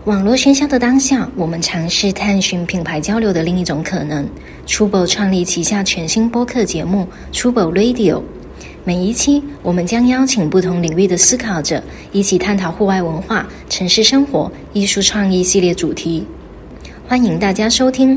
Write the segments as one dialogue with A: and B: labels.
A: 网络喧嚣的当下，我们尝试探寻品牌交流的另一种可能。Chubo 创立旗下全新播客节目 Chubo Radio， 每一期我们将邀请不同领域的思考者，一起探讨户外文化、城市生活、艺术创意系列主题。欢迎大家收听。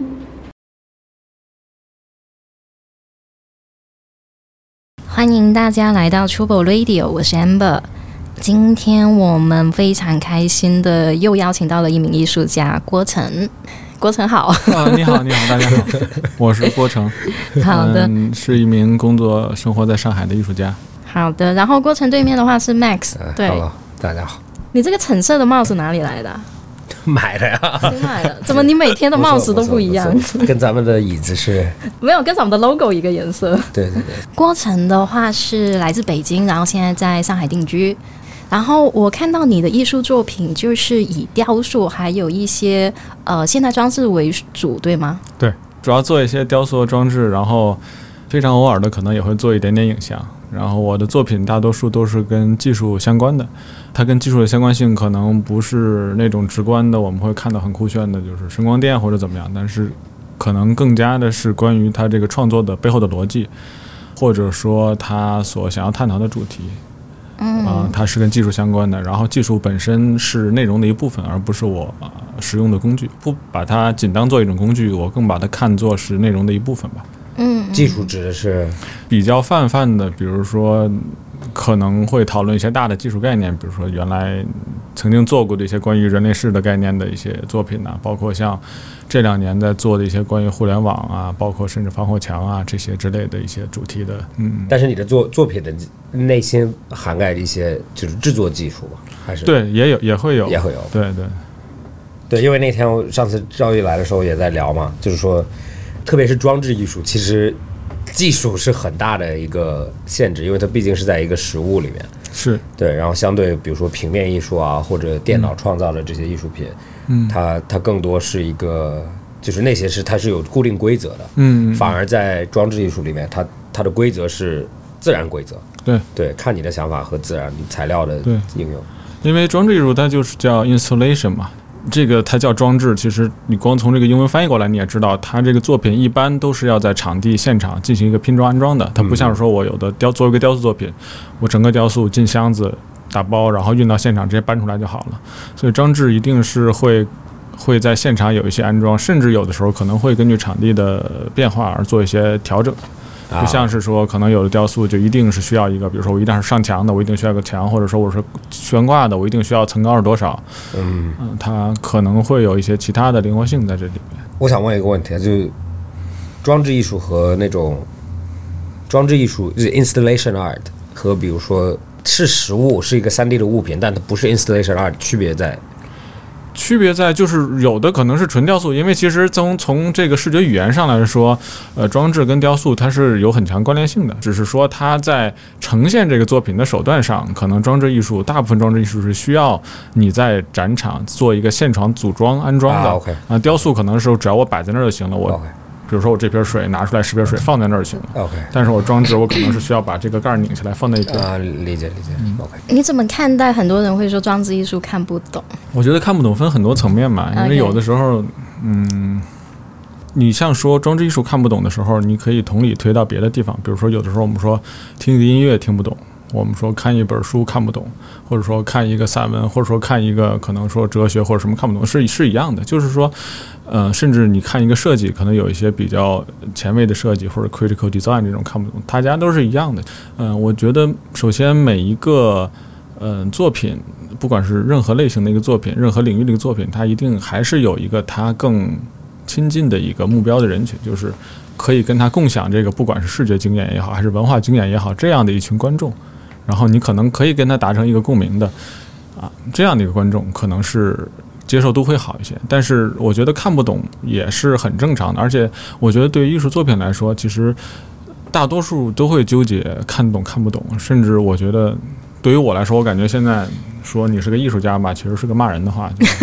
A: 欢迎大家来到 Chubo Radio， 我是 Amber。今天我们非常开心的又邀请到了一名艺术家郭成。郭成好。
B: 你好，大家好，我是郭成。
A: 好的，
B: 是一名工作生活在上海的艺术家。
A: 好的，然后郭成对面的话是 Max。对，
C: Hello， 大家好。
A: 你这个橙色的帽子哪里来的？
C: 买的呀。
A: 谁买的？怎么你每天的帽子都不一样？
C: 跟咱们的椅子是
A: 没有，跟咱们的 logo 一个颜色。
C: 对。
A: 郭成的话是来自北京，然后现在在上海定居。然后我看到你的艺术作品就是以雕塑还有一些现代装置为主，对吗？
B: 对，主要做一些雕塑装置，然后非常偶尔的可能也会做一点点影像。然后我的作品大多数都是跟技术相关的，它跟技术的相关性可能不是那种直观的我们会看到很酷炫的就是声光电或者怎么样，但是可能更加的是关于它这个创作的背后的逻辑，或者说它所想要探讨的主题。它是跟技术相关的，然后技术本身是内容的一部分，而不是我使用的工具。不把它仅当做一种工具，我更把它看作是内容的一部分吧。
C: 技术指的是
B: 比较泛的，比如说可能会讨论一些大的技术概念，比如说原来曾经做过的一些关于人类世的概念的一些作品啊，包括像这2年在做的一些关于互联网啊，包括甚至防火墙啊这些之类的一些主题的。
C: 但是你的作品的内心涵盖一些就是制作技术吧？还是
B: 对，也会有。对，
C: 因为那天我上次赵毅来的时候也在聊嘛，就是说特别是装置艺术，其实技术是很大的一个限制，因为它毕竟是在一个实物里面。
B: 是
C: 对，然后相对比如说平面艺术啊，或者电脑创造的这些艺术品，它更多是一个，就是那些它是有固定规则的，反而在装置艺术里面，它的规则是自然规则，对，看你的想法和自然材料的应用。
B: 因为装置艺术它就是叫 installation 嘛。这个它叫装置，其实你光从这个英文翻译过来你也知道，它这个作品一般都是要在场地现场进行一个拼装安装的，它不像是说我有的做一个雕塑作品，我整个雕塑进箱子打包然后运到现场直接搬出来就好了。所以装置一定是会在现场有一些安装，甚至有的时候可能会根据场地的变化而做一些调整。就像是说可能有的雕塑就一定是需要一个，比如说我一定是上墙的，我一定需要一个墙，或者说我是悬挂的，我一定需要层高是多少。它可能会有一些其他的灵活性在这里面。
C: 我想问一个问题，就是装置艺术和那种装置艺术就是 installation art 和比如说是实物，是一个3D 的物品，但它不是 installation art，区别在就是有的可能是纯雕塑，因为其实从这个视觉语言上来说，装置跟雕塑它是有很强关联性的，只是说它在呈现这个作品的手段上，可能大部分装置艺术是需要你在展场做一个现场组装安装的。雕塑可能是只要我摆在那儿就行了，比如说我这瓶水拿出来，10瓶水放在那儿就行了。但是我装置我可能是需要把这个盖拧下来放在一边。理解。
A: 你怎么看待很多人会说装置艺术看不懂？
B: 我觉得看不懂分很多层面嘛，因为有的时候，你像说装置艺术看不懂的时候，你可以同理推到别的地方，比如说有的时候我们说听一个音乐听不懂，我们说看一本书看不懂，或者说看一个散文，或者说看一个可能说哲学或者什么看不懂，是一样的。就是说甚至你看一个设计，可能有一些比较前卫的设计或者 critical design 这种看不懂，大家都是一样的。我觉得首先每一个作品，不管是任何类型的一个作品，任何领域的一个作品，它一定还是有一个它更亲近的一个目标的人群，就是可以跟他共享这个不管是视觉经验也好还是文化经验也好，这样的一群观众，然后你可能可以跟他达成一个共鸣的这样的一个观众，可能是接受度会好一些。但是我觉得看不懂也是很正常的，而且我觉得对于艺术作品来说，其实大多数都会纠结看懂看不懂，甚至我觉得对于我来说，我感觉现在说你是个艺术家吧，其实是个骂人的话。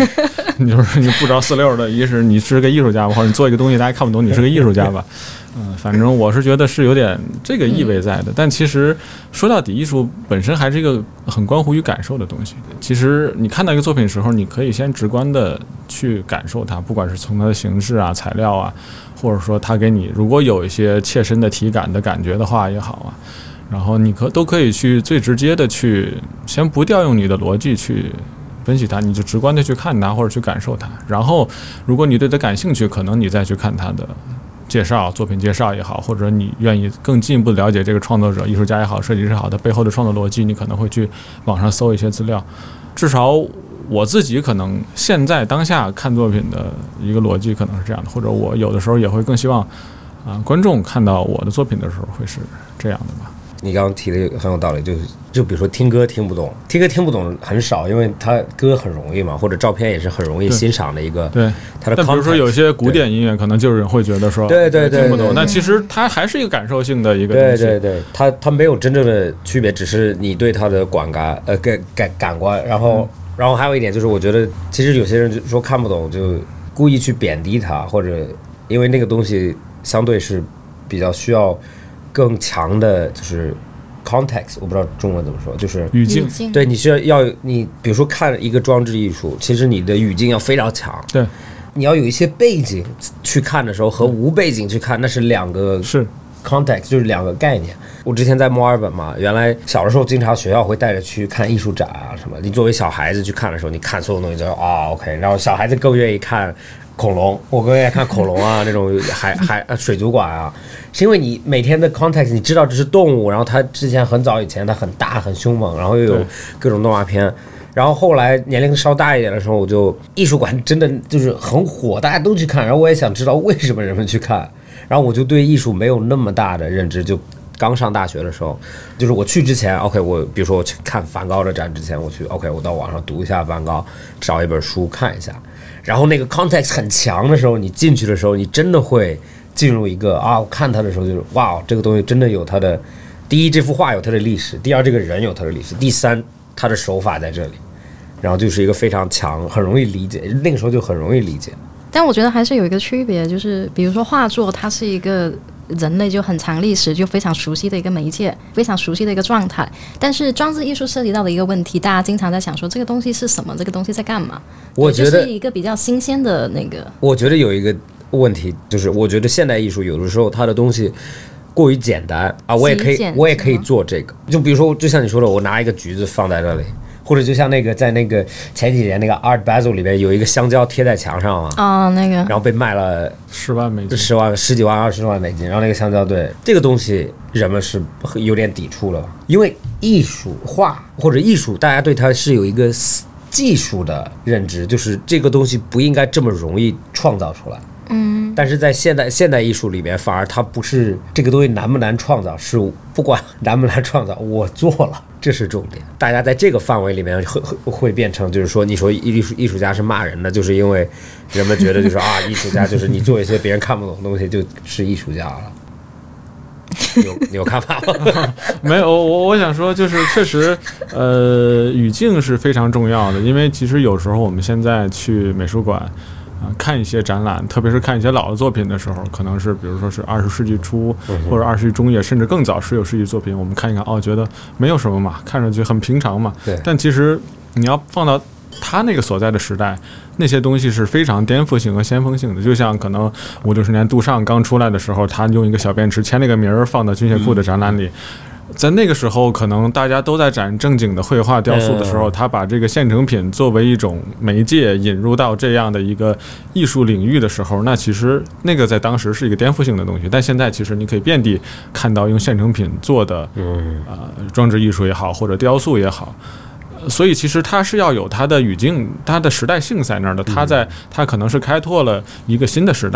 B: 你就是你不着四六的，一是你是个艺术家吧，或者你做一个东西大家看不懂，你是个艺术家吧。反正我是觉得是有点这个意味在的。但其实说到底，艺术本身还是一个很关乎于感受的东西。其实你看到一个作品的时候，你可以先直观的去感受它，不管是从它的形式啊、材料啊，或者说它给你如果有一些切身的体感的感觉的话也好啊，然后你都可以去最直接的去先不调用你的逻辑去分析它，你就直观的去看它或者去感受它。然后如果你对它感兴趣，可能你再去看它的介绍、作品介绍也好，或者你愿意更进一步了解这个创作者、艺术家也好、设计师也好，他背后的创作逻辑，你可能会去网上搜一些资料。至少我自己可能现在当下看作品的一个逻辑可能是这样的，或者我有的时候也会更希望观众看到我的作品的时候会是这样的吧。
C: 你刚刚提的很有道理，就比如说听歌听不懂很少，因为它歌很容易嘛，或者照片也是很容易欣赏的一个。
B: 对，
C: 它的。
B: 但比如说有些古典音乐，可能就有人会觉得说
C: 对
B: 听不懂，但其实它还是一个感受性的一个东西。
C: 对，它没有真正的区别，只是你对它的感官。然后还有一点就是，我觉得其实有些人就说看不懂，就故意去贬低它，或者因为那个东西相对是比较需要更强的就是 context， 我不知道中文怎么说，就是
B: 语境。
C: 对，你需要你比如说看一个装置艺术，其实你的语境要非常强。
B: 对，
C: 你要有一些背景去看的时候和无背景去看，那是两个
B: 是
C: context， 就是两个概念。我之前在墨尔本嘛，原来小的时候经常学校会带着去看艺术展啊什么。你作为小孩子去看的时候，你看所有东西就OK， 然后小孩子更愿意看恐龙，我更愿意看恐龙啊，那种水族馆啊，是因为你每天的 context 你知道这是动物，然后它之前很早以前它很大很凶猛，然后又有各种动画片。然后后来年龄稍大一点的时候，我就艺术馆真的就是很火，大家都去看，然后我也想知道为什么人们去看，然后我就对艺术没有那么大的认知。就刚上大学的时候，就是我去之前 OK， 我比如说我去看梵高的展之前，我去 OK， 我到网上读一下梵高，找一本书看一下，然后那个 context 很强的时候，你进去的时候，你真的会进入一个我看他的时候就是哇，这个东西真的有它的，第一这幅画有它的历史，第二这个人有他的历史，第三他的手法在这里，然后就是一个非常强，很容易理解，那个时候就很容易理解。
D: 但我觉得还是有一个区别，就是比如说画作，它是一个人类就很长历史就非常熟悉的一个媒介，非常熟悉的一个状态。但是装置艺术涉及到的一个问题，大家经常在想说这个东西是什么，这个东西在干嘛？
C: 我觉得
D: 就是一个比较新鲜的那个。
C: 我觉得有一个问题，就是我觉得现代艺术有的时候它的东西过于简单啊，我也可以做这个。就比如说，就像你说的，我拿一个橘子放在这里。或者就像那个在那个前几年那个 Art Basel 里边有一个香蕉贴在墙上嘛，
D: 那个，
C: 然后被卖了
B: 10万美金
C: ，10几万、20万美金，然后那个香蕉，对这个东西人们是有点抵触了，因为艺术画或者艺术，大家对它是有一个技术的认知，就是这个东西不应该这么容易创造出来。但是在现代艺术里面，反而它不是这个东西难不难创造，是不管难不难创造，我做了，这是重点。大家在这个范围里面会变成，就是说，你说艺术家是骂人的，就是因为人们觉得就是艺术家就是你做一些别人看不懂的东西就是艺术家了。你有看法吗？
B: 没有，我想说就是确实，语境是非常重要的，因为其实有时候我们现在去美术馆。看一些展览，特别是看一些老的作品的时候，可能是比如说是20世纪初或者20世纪中叶，甚至更早19世纪作品，我们看一看，觉得没有什么嘛，看上去很平常嘛。
C: 对。
B: 但其实你要放到他那个所在的时代，那些东西是非常颠覆性和先锋性的。就像可能50-60年杜尚刚出来的时候，他用一个小便池签了个名儿放到军械库的展览里。在那个时候，可能大家都在展正经的绘画雕塑的时候，他把这个现成品作为一种媒介引入到这样的一个艺术领域的时候，那其实那个在当时是一个颠覆性的东西。但现在其实你可以遍地看到用现成品做的装置艺术也好，或者雕塑也好。所以其实它是要有它的语境，它的时代性在那儿的。它可能是开拓了一个新的时代，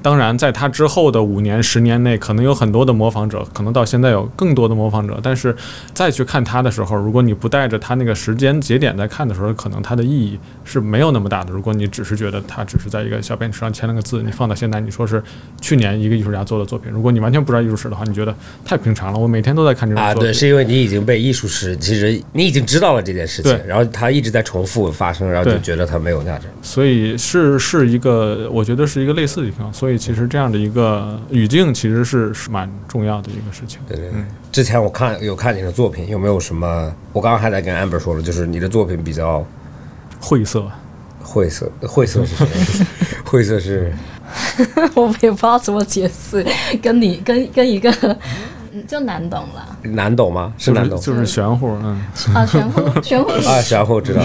B: 当然在他之后的5年10年内可能有很多的模仿者，可能到现在有更多的模仿者，但是再去看他的时候，如果你不带着他那个时间节点在看的时候，可能他的意义是没有那么大的。如果你只是觉得他只是在一个小便纸上签了个字，你放到现在你说是去年一个艺术家做的作品，如果你完全不知道艺术史的话，你觉得太平常了，我每天都在看这种作品。
C: 对，是因为你已经被艺术史，其实你已经知道了这件事情，然后它一直在重复发生，然后就觉得它没有价值。所以
B: 是一个，我觉得是一个类似的地方。所以其实这样的一个语境其实是蛮重要的一个事情。
C: 对，之前我有看你的作品，有没有什么？我刚刚还在跟 Amber 说了，就是你的作品比较
B: 晦涩
C: 是什么意思？晦涩是
D: 我也不知道怎么解释，跟一个就难懂了。
C: 难懂吗？是难懂，
B: 就是玄乎，
D: 玄乎
C: 啊，玄乎知道。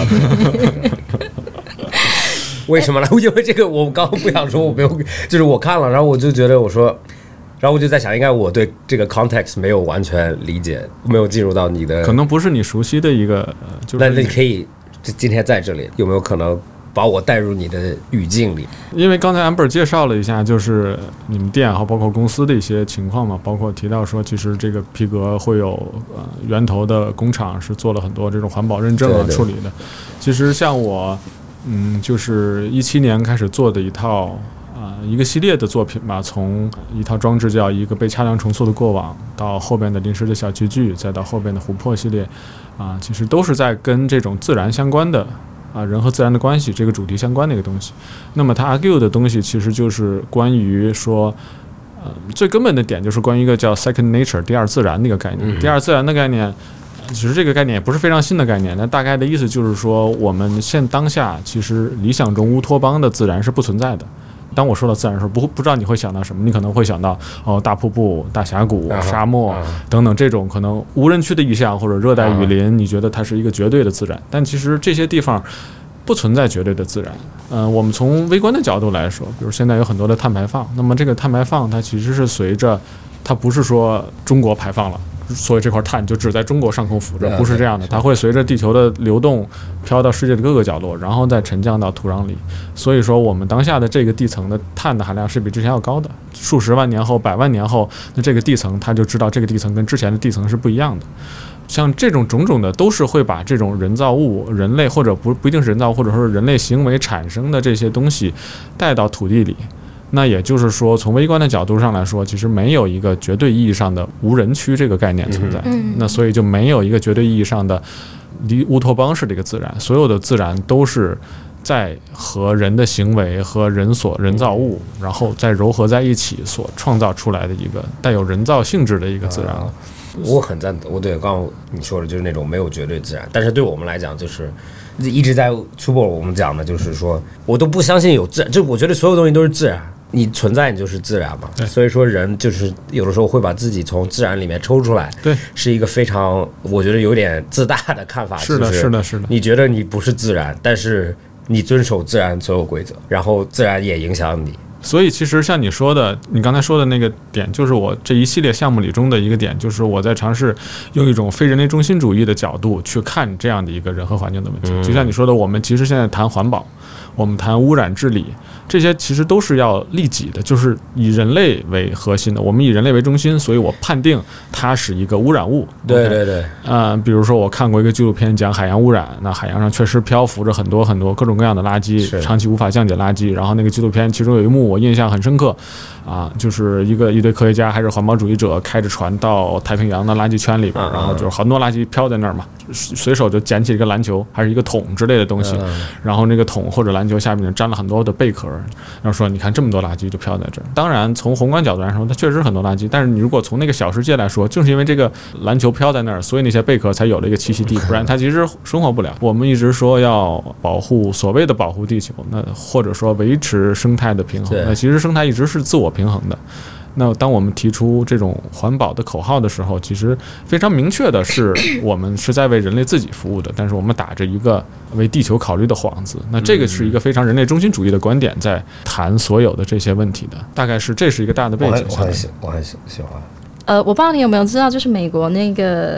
C: 为什么呢？因为这个我刚刚不想说，我没有，就是我看了，然后我就觉得然后我就在想，应该我对这个 context 没有完全理解，没有进入到你的，
B: 可能不是你熟悉的一个。
C: 那你可以今天在这里有没有可能把我带入你的语境里？
B: 因为刚才 Amber 介绍了一下，就是你们店和包括公司的一些情况嘛，包括提到说，其实这个皮革会有源头的工厂是做了很多这种环保认证啊处理的。其实像我，就是17年开始做的一个系列的作品吧，从一套装置叫一个被掐量重塑的过往，到后边的临时的小器具，再到后边的琥珀系列，其实都是在跟这种自然相关的人和自然的关系这个主题相关的一个东西。那么它 argue 的东西其实就是关于说，最根本的点就是关于一个叫 second nature 第二自然的一个概念。第二自然的概念，其实这个概念也不是非常新的概念，那大概的意思就是说，我们当下其实理想中乌托邦的自然是不存在的。当我说到自然的时候，不知道你会想到什么，你可能会想到大瀑布、大峡谷、沙漠等等这种可能无人区的意象，或者热带雨林，你觉得它是一个绝对的自然，但其实这些地方不存在绝对的自然。我们从微观的角度来说，比如现在有很多的碳排放，那么这个碳排放它其实是随着，它不是说中国排放了，所以这块碳就只在中国上空浮着，不是这样的，它会随着地球的流动飘到世界的各个角落，然后再沉降到土壤里。所以说我们当下的这个地层的碳的含量是比之前要高的，数十万年后、100万年后，那这个地层它就知道这个地层跟之前的地层是不一样的。像这种种种的都是会把这种人造物、人类或者不一定是人造，或者说是人类行为产生的这些东西带到土地里。那也就是说，从微观的角度上来说，其实没有一个绝对意义上的无人区这个概念存在。那所以就没有一个绝对意义上的乌托邦式的一个自然，所有的自然都是在和人的行为和人造物，然后再糅合在一起所创造出来的一个带有人造性质的一个自然。
C: 我很赞同，对，刚刚你说的就是那种没有绝对自然，但是对我们来讲，就是一直在初步我们讲的就是说，我都不相信有自然，就我觉得所有东西都是自然。你存在你就是自然嘛，所以说人就是有的时候会把自己从自然里面抽出来，对，是一个非常我觉得有点自大的看法。
B: 是的，是的，是的。
C: 你觉得你不是自然，但是你遵守自然所有规则，然后自然也影响你。
B: 所以其实像你说的，你刚才说的那个点，就是我这一系列项目里中的一个点，就是我在尝试用一种非人类中心主义的角度去看这样的一个人和环境的问题。就像你说的，我们其实现在谈环保，我们谈污染治理，这些其实都是要利己的，就是以人类为核心的。我们以人类为中心，所以我判定它是一个污染物。
C: 对对对。
B: 比如说我看过一个纪录片讲海洋污染，那海洋上确实漂浮着很多很多各种各样的垃圾，长期无法降解垃圾。然后那个纪录片其中有一幕我印象很深刻，就是一堆科学家还是环保主义者开着船到太平洋的垃圾圈里边，然后就是很多垃圾飘在那儿嘛，随手就捡起一个篮球还是一个桶之类的东西，然后那个桶或者篮球下面沾了很多的贝壳，然后说你看这么多垃圾就飘在这儿。当然从宏观角度来说它确实很多垃圾，但是你如果从那个小世界来说，正是因为这个篮球飘在那儿，所以那些贝壳才有了一个栖息地，不然它其实生活不了。我们一直说要保护所谓的保护地球，那或者说维持生态的平衡，那其实生态一直是自我平衡的。那当我们提出这种环保的口号的时候，其实非常明确的是我们是在为人类自己服务的，但是我们打着一个为地球考虑的幌子。那这个是一个非常人类中心主义的观点在谈所有的这些问题的，大概是这是一个大的背景。
C: 我很喜欢。
D: 我不知道你有没有知道，就是美国那个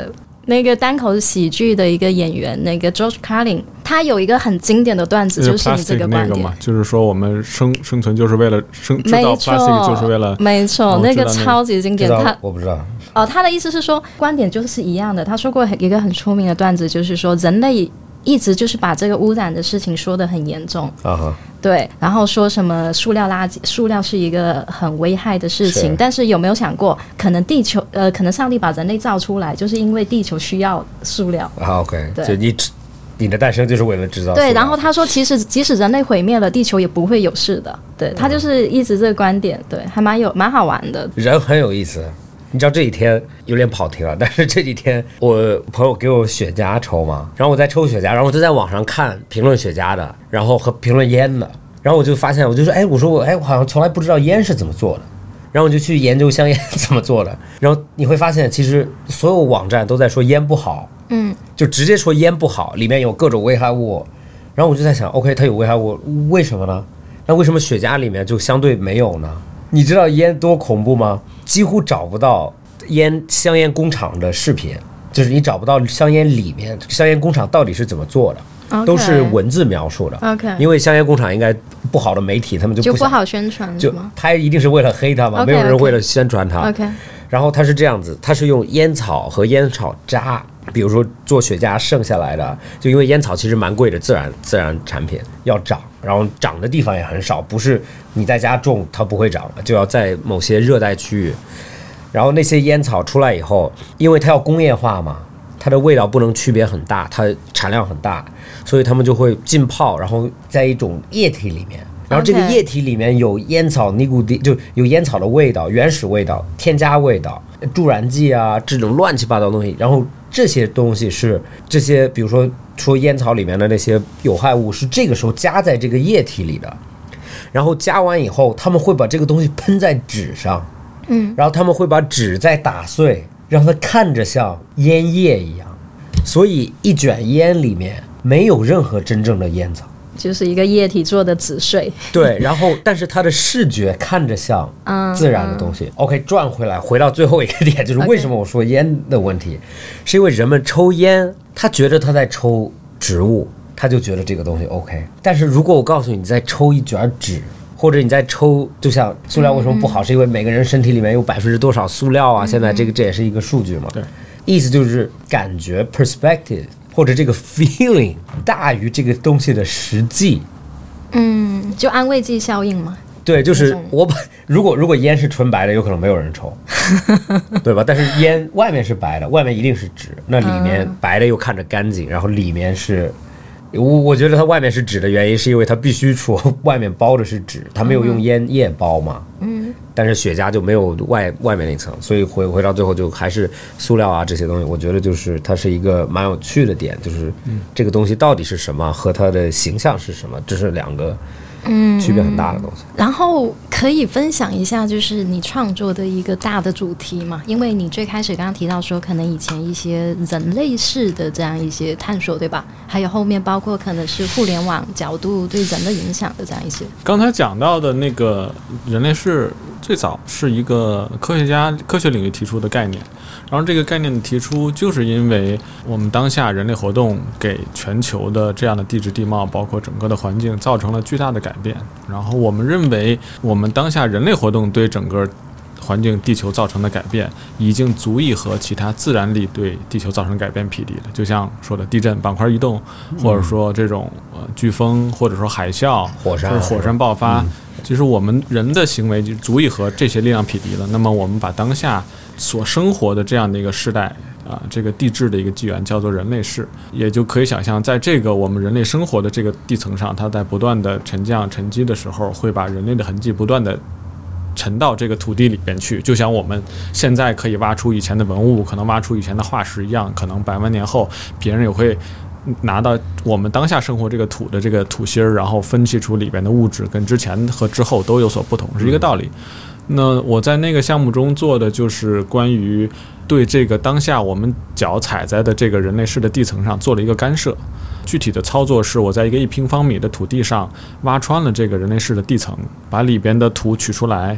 D: 那个单口喜剧的一个演员，那个 George Carlin， 他有一个很经典的段子，就是你这个观点，
B: 就是说我们生存就是为了制造 plastic， 就是为了，
D: 没错，那个超级经典。
C: 我不知道。
D: 他的意思是说，观点就是一样的。他说过一个很出名的段子，就是说人类一直就是把这个污染的事情说得很严重对，然后说什么塑料垃圾，塑料是一个很危害的事情，但是有没有想过，可能地球可能上帝把人类造出来，就是因为地球需要塑料
C: OK， 就你的诞生就是为了制造塑料。
D: 对，然后他说，其实即使人类毁灭了，地球也不会有事的。对，他就是一直这个观点，对，还蛮好玩的。
C: 人很有意思。你知道这几天有点跑题了，但是这几天我朋友给我雪茄抽嘛，然后我在抽雪茄，然后我就在网上看评论雪茄的，然后和评论烟的，然后我就发现，我就说，我好像从来不知道烟是怎么做的，然后我就去研究香烟怎么做的，然后你会发现，其实所有网站都在说烟不好，就直接说烟不好，里面有各种危害物，然后我就在想 ，OK， 它有危害物，为什么呢？那为什么雪茄里面就相对没有呢？你知道烟多恐怖吗？几乎找不到香烟工厂的视频，就是你找不到香烟里面香烟工厂到底是怎么做的，都是文字描述的。因为香烟工厂应该不好的媒体他们就
D: 不好宣传，
C: 就他一定是为了黑他嘛，没有人为了宣传他。然后他是这样子，他是用烟草和烟草渣，比如说做雪茄剩下来的，就因为烟草其实蛮贵的，自然产品要长，然后长的地方也很少，不是你在家种它不会长，就要在某些热带区域。然后那些烟草出来以后，因为它要工业化嘛，它的味道不能区别很大，它产量很大，所以他们就会浸泡，然后在一种液体里面，然后这个液体里面有烟草尼古丁，就有烟草的味道、原始味道、添加味道、助燃剂啊，这种乱七八糟的东西。然后这些东西是这些，比如说烟草里面的那些有害物，是这个时候加在这个液体里的。然后加完以后，他们会把这个东西喷在纸上，然后他们会把纸再打碎，让它看着像烟叶一样。所以一卷烟里面没有任何真正的烟草。
D: 就是一个液体做的纸碎，
C: 对，然后但是它的视觉看着像自然的东西。OK， 转回到最后一个点，就是为什么我说烟的问题，是因为人们抽烟，他觉得他在抽植物，他就觉得这个东西 OK。但是如果我告诉你在抽一卷纸，或者你在抽，就像塑料为什么不好，是因为每个人身体里面有多少塑料啊？现在这也是一个数据嘛。
B: 对，
C: 意思就是感觉 perspective。或者这个 feeling 大于这个东西的实际，
D: 就安慰剂效应嘛。
C: 对，就是如果烟是纯白的，有可能没有人抽，对吧？但是烟外面是白的，外面一定是纸，那里面白的又看着干净，然后里面是，我觉得它外面是纸的原因，是因为它必须说外面包的是纸，它没有用烟叶包嘛。但是雪茄就没有外面那层，所以回到最后就还是塑料啊这些东西，我觉得就是它是一个蛮有趣的点，就是这个东西到底是什么和它的形象是什么，这是两个区别很大的东西。
D: 然后可以分享一下就是你创作的一个大的主题嘛，因为你最开始刚刚提到说可能以前一些人类式的这样一些探索，对吧？还有后面包括可能是互联网角度对人的影响的这样一些。
B: 刚才讲到的那个人类式最早是一个科学领域提出的概念，然后这个概念的提出就是因为我们当下人类活动给全球的这样的地质地貌包括整个的环境造成了巨大的改变，然后我们认为我们当下人类活动对整个环境地球造成的改变已经足以和其他自然力对地球造成改变匹敌了，就像说的地震、板块移动，或者说这种飓风，或者说海啸、火山爆发，其实我们人的行为就足以和这些力量匹敌了。那么我们把当下所生活的这样的一个时代这个地质的一个纪元叫做人类世，也就可以想象在这个我们人类生活的这个地层上，它在不断的沉积的时候，会把人类的痕迹不断的沉到这个土地里边去，就像我们现在可以挖出以前的文物，可能挖出以前的化石一样，可能100万年后别人也会拿到我们当下生活这个土的这个土芯儿，然后分析出里边的物质跟之前和之后都有所不同，是一个道理。那我在那个项目中做的就是关于对这个当下我们脚踩在的这个人类世的地层上做了一个干涉。具体的操作是我在一个1平方米的土地上挖穿了这个人类世的地层，把里边的土取出来，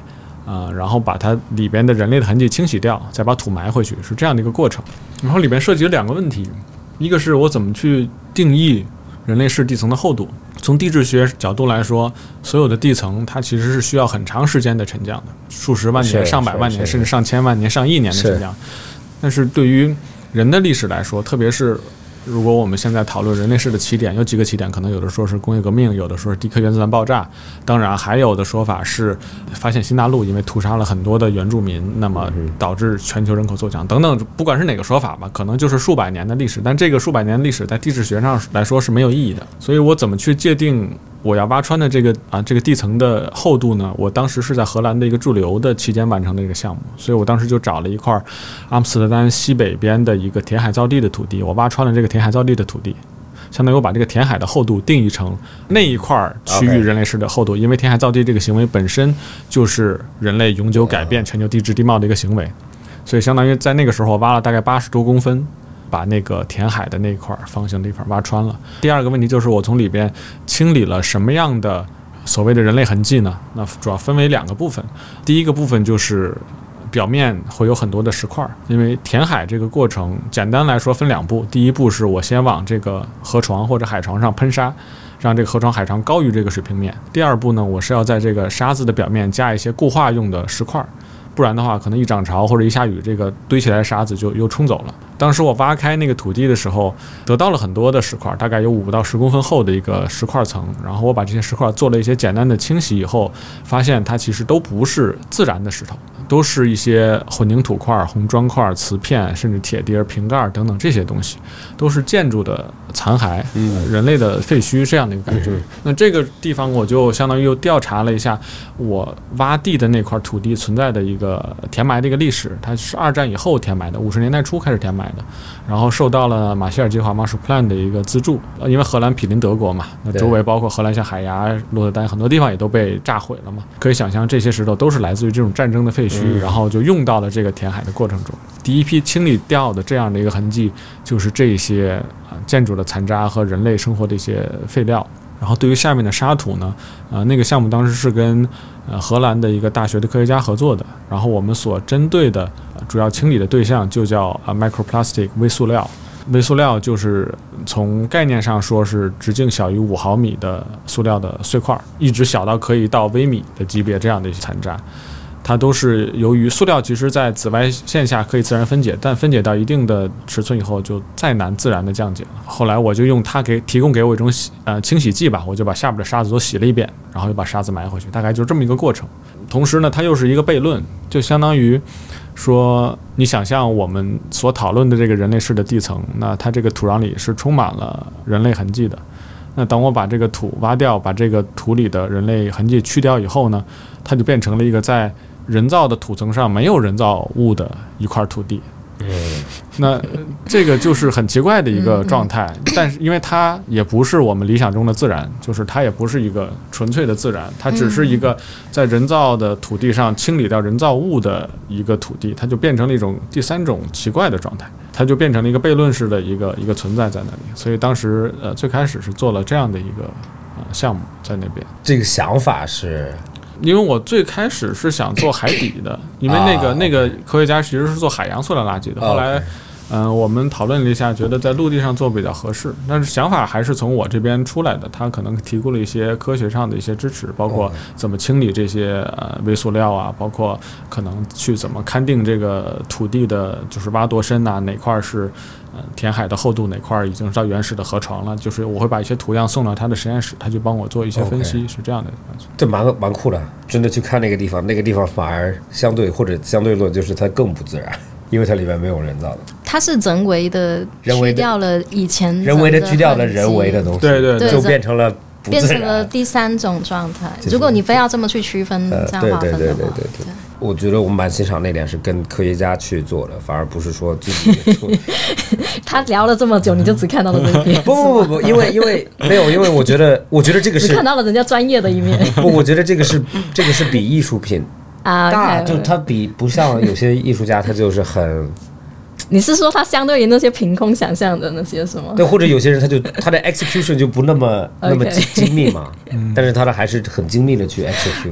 B: 然后把它里边的人类的痕迹清洗掉，再把土埋回去，是这样的一个过程。然后里边涉及了2个问题，一个是我怎么去定义人类世地层的厚度。从地质学角度来说，所有的地层它其实是需要很长时间的沉降的，数十万年、上百万年，甚至上千万年、上亿年的沉降。但是对于人的历史来说，特别是如果我们现在讨论人类世的起点，有几个起点，可能有的说是工业革命，有的说是地壳原子弹爆炸，当然还有的说法是发现新大陆，因为屠杀了很多的原住民，那么导致全球人口骤降等等，不管是哪个说法吧，可能就是数百年的历史，但这个数百年的历史在地质学上来说是没有意义的。所以我怎么去界定我要挖穿的这个地层的厚度呢？我当时是在荷兰的一个驻留的期间完成的一个项目，所以我当时就找了一块阿姆斯特丹西北边的一个填海造地的土地，我挖穿了这个填海造地的土地，相当于我把这个填海的厚度定义成那一块区域人类世的厚度，因为填海造地这个行为本身就是人类永久改变全球地质地貌的一个行为，所以相当于在那个时候挖了大概80多公分，把那个填海的那块方形的地方挖穿了。第二个问题就是我从里边清理了什么样的所谓的人类痕迹呢？那主要分为2个部分。第一个部分就是表面会有很多的石块，因为填海这个过程简单来说分2步。第一步是我先往这个河床或者海床上喷沙，让这个河床海床高于这个水平面。第2步呢，我是要在这个沙子的表面加一些固化用的石块，不然的话可能一涨潮或者一下雨，这个堆起来的沙子就又冲走了。当时我挖开那个土地的时候，得到了很多的石块，大概有5到10公分厚的一个石块层，然后我把这些石块做了一些简单的清洗以后，发现它其实都不是自然的石头，都是一些混凝土块、红砖块、瓷片，甚至铁碟、瓶盖等等，这些东西都是建筑的残骸，人类的废墟这样的一个感觉。那这个地方我就相当于又调查了一下我挖地的那块土地存在的一个填埋的一个历史，它是2战以后填埋的，50年代初开始填埋的，然后受到了马歇尔计划 Marshall Plan 的一个资助，因为荷兰毗邻德国嘛，那周围包括荷兰像海牙、鹿特丹很多地方也都被炸毁了嘛，可以想象这些石头都是来自于这种战争的废墟，然后就用到了这个填海的过程中。第一批清理掉的这样的一个痕迹就是这些建筑的残渣和人类生活的一些废料。然后对于下面的沙土呢，那个项目当时是跟荷兰的一个大学的科学家合作的，然后我们所针对的主要清理的对象就叫microplastic 微塑料。微塑料就是从概念上说是直径小于5毫米的塑料的碎块，一直小到可以到微米的级别这样的一些残渣。它都是由于塑料其实在紫外线下可以自然分解，但分解到一定的尺寸以后就再难自然的降解了。后来我就用它提供给我一种清洗剂吧，我就把下边的沙子都洗了一遍，然后又把沙子埋回去，大概就这么一个过程。同时呢，它又是一个悖论，就相当于说你想象我们所讨论的这个人类世的地层，那它这个土壤里是充满了人类痕迹的。那当我把这个土挖掉，把这个土里的人类痕迹去掉以后呢，它就变成了一个在人造的土层上没有人造物的一块土地。那这个就是很奇怪的一个状态，但是因为它也不是我们理想中的自然，就是它也不是一个纯粹的自然，它只是一个在人造的土地上清理掉人造物的一个土地，它就变成了一种第3种奇怪的状态，它就变成了一个悖论式的一个存在在那里。所以当时最开始是做了这样的一个项目在那边。
C: 这个想法是
B: 因为我最开始是想做海底的，因为那个科学家其实是做海洋塑料垃圾的，后来我们讨论了一下，觉得在陆地上做比较合适，但是想法还是从我这边出来的，他可能提供了一些科学上的一些支持，包括怎么清理这些微塑料啊，包括可能去怎么勘定这个土地的就是挖多深啊，哪块是填海的厚度，哪块已经是到原始的河床了，就是我会把一些图样送到他的实验室，他就帮我做一些分析，是这样的。
C: 这蛮酷的，真的去看那个地方，那个地方反而相对论就是它更不自然，因为它里面没有人造的，
D: 它是人为的去掉了以前
C: 人为的去掉了人为的东西，
B: 对，
C: 就变成了
D: 变成了第3种状态。如果你非要这么去区分，这样划分的话，对。
C: 我觉得我们蛮欣赏那点是跟科学家去做的，反而不是说自己做。
D: 他聊了这么久，你就只看到了这一点。
C: 不，因为没有，因为我觉得这个是
D: 只看到了人家专业的一面。
C: 不，我觉得这个是比艺术品大，就它不像有些艺术家，他就是很。
D: 你是说他相对于那些凭空想象的那些什么？
C: 对，或者有些人他的 execution 就不那么精密嘛，但是他的还是很精密的去 execute。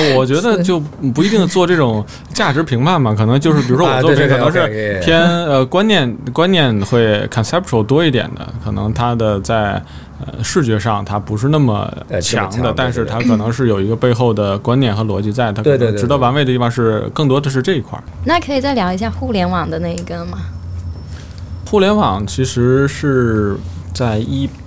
B: 我觉得就不一定做这种价值评判嘛，可能就是比如说我作品可能是偏观念会 conceptual 多一点的，可能它的在视觉上它不是那么强的，但是它可能是有一个背后的观念和逻辑在，它可能值得玩味的地方是更多的是这一块。
D: 那可以再聊一下互联网的那一个吗？
B: 互联网其实是在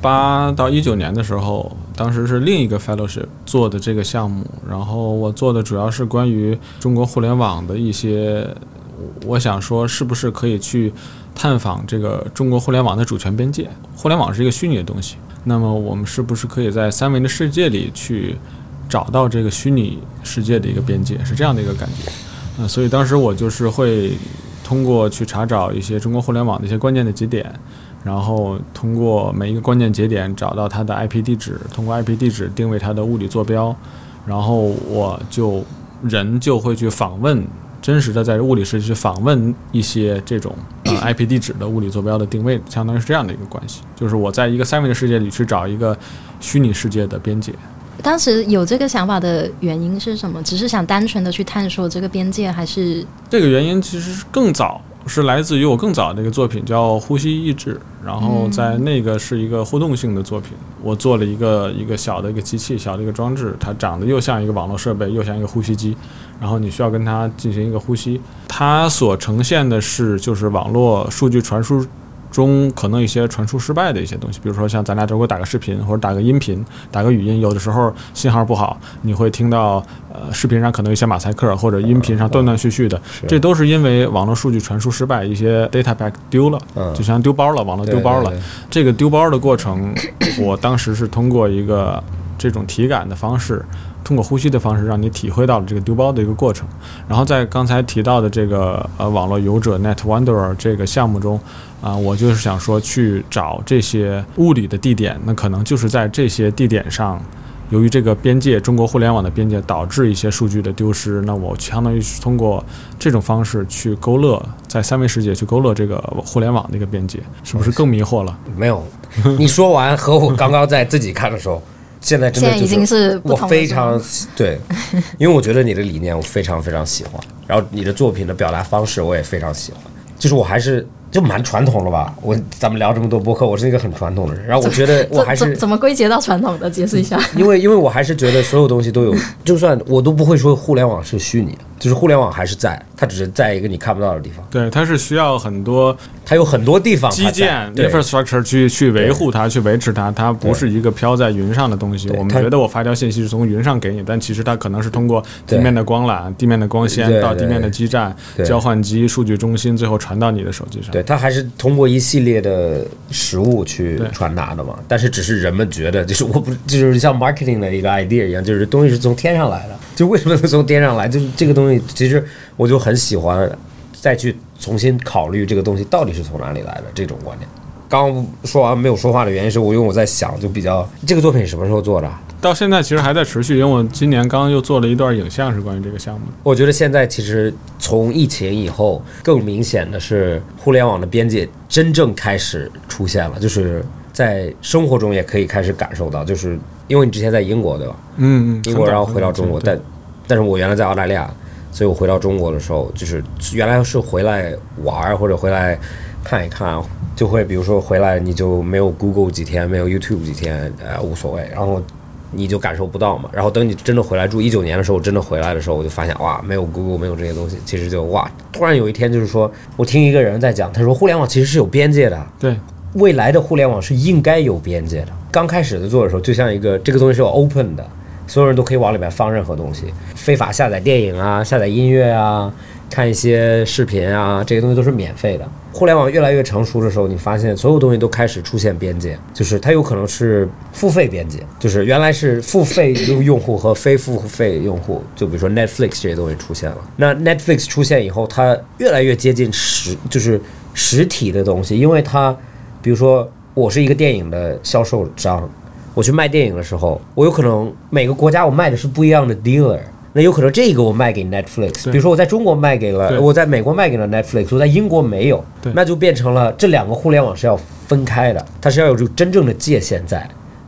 B: 18到19年的时候，当时是另一个 fellowship 做的这个项目，然后我做的主要是关于中国互联网的一些，我想说是不是可以去探访这个中国互联网的主权边界。互联网是一个虚拟的东西，那么我们是不是可以在三维的世界里去找到这个虚拟世界的一个边界，是这样的一个感觉。所以当时我就是会通过去查找一些中国互联网的一些关键的节点，然后通过每一个关键节点找到它的 IP 地址，通过 IP 地址定位它的物理坐标，然后我就会去访问，真实的在物理世界去访问一些这种IP 地址的物理坐标的定位，相当于是这样的一个关系，就是我在一个三维的世界里去找一个虚拟世界的边界。
D: 当时有这个想法的原因是什么？只是想单纯的去探索这个边界，还是这
B: 个原因其实更早，是来自于我更早的一个作品叫《呼吸意志》，然后在那个是一个互动性的作品，我做了一个小的一个机器，小的一个装置，它长得又像一个网络设备，又像一个呼吸机，然后你需要跟它进行一个呼吸。它所呈现的是就是网络数据传输中可能一些传输失败的一些东西，比如说像咱俩如果打个视频或者打个音频打个语音，有的时候信号不好，你会听到视频上可能有一些马赛克，或者音频上断断续续的，这都是因为网络数据传输失败，一些 data pack 丢了，就像丢包了，网络丢包了。对对对，这个丢包的过程我当时是通过一个这种体感的方式，通过呼吸的方式让你体会到了这个丢包的一个过程。然后在刚才提到的这个网络游者 Net Wanderer 这个项目中我就是想说去找这些物理的地点，那可能就是在这些地点上，由于这个边界，中国互联网的边界导致一些数据的丢失，那我相当于是通过这种方式去勾勒，在三维世界去勾勒这个互联网的一个边界，是不是更迷惑了？
C: 没有，你说完和我刚刚在自己看的时候现在真的
D: 已经是不同的，
C: 我非常对，因为我觉得你的理念我非常非常喜欢，然后你的作品的表达方式我也非常喜欢，就是我还是就蛮传统了吧，咱们聊这么多播客，我是一个很传统的人，然后我觉得我还是
D: 怎么归结到传统的，解释一下。
C: 因为我还是觉得所有东西都有，就算我都不会说互联网是虚拟的，就是互联网还是在，它只是在一个你看不到的地方。
B: 对，它是需要很多，
C: 它有很多地方
B: 基建 infrastructure 去维护它，去维持它，它不是一个飘在云上的东西。我们觉得我发条信息是从云上给你，但其实它可能是通过地面的光缆、地面的光纤到地面的基站、交换机、数据中心，最后传到你的手机上。
C: 对，它还是通过一系列的实物去传达的嘛。但是只是人们觉得，就是像 marketing 的一个 idea 一样，就是东西是从天上来的。就为什么从天上来？就是这个东西，其实我就很喜欢再去重新考虑这个东西到底是从哪里来的这种观点。刚刚说完没有说话的原因是因为我在想，就比较这个作品什么时候做的？
B: 到现在其实还在持续，因为我今年刚刚又做了一段影像是关于这个项目。
C: 我觉得现在其实从疫情以后，更明显的是互联网的边界真正开始出现了，就是在生活中也可以开始感受到，就是因为你之前在英国对吧？英国然后回到中国，但是我原来在澳大利亚，所以我回到中国的时候，就是原来是回来玩或者回来看一看，就会比如说回来你就没有 Google 几天，没有 YouTube 几天，无所谓，然后你就感受不到嘛。然后等你真的回来住19年的时候，真的回来的时候，我就发现哇，没有 Google， 没有这些东西，其实就哇，突然有一天就是说我听一个人在讲，他说互联网其实是有边界的，
B: 对，
C: 未来的互联网是应该有边界的。刚开始的做的时候，就像一个这个东西是有 open 的。所有人都可以往里面放任何东西，非法下载电影啊，下载音乐啊，看一些视频啊，这些东西都是免费的。互联网越来越成熟的时候，你发现所有东西都开始出现边界，就是它有可能是付费边界，就是原来是付费用户和非付费用户，就比如说 Netflix 这些东西出现了。那 Netflix 出现以后，它越来越接近就是实体的东西，因为它比如说我是一个电影的销售商，我去卖电影的时候，我有可能每个国家我卖的是不一样的 dealer， 那有可能这个我卖给 Netflix， 比如说我在中国卖给了，我在美国卖给了 Netflix， 我在英国没有，那就变成了这两个互联网是要分开的，它是要有这个真正的界限在。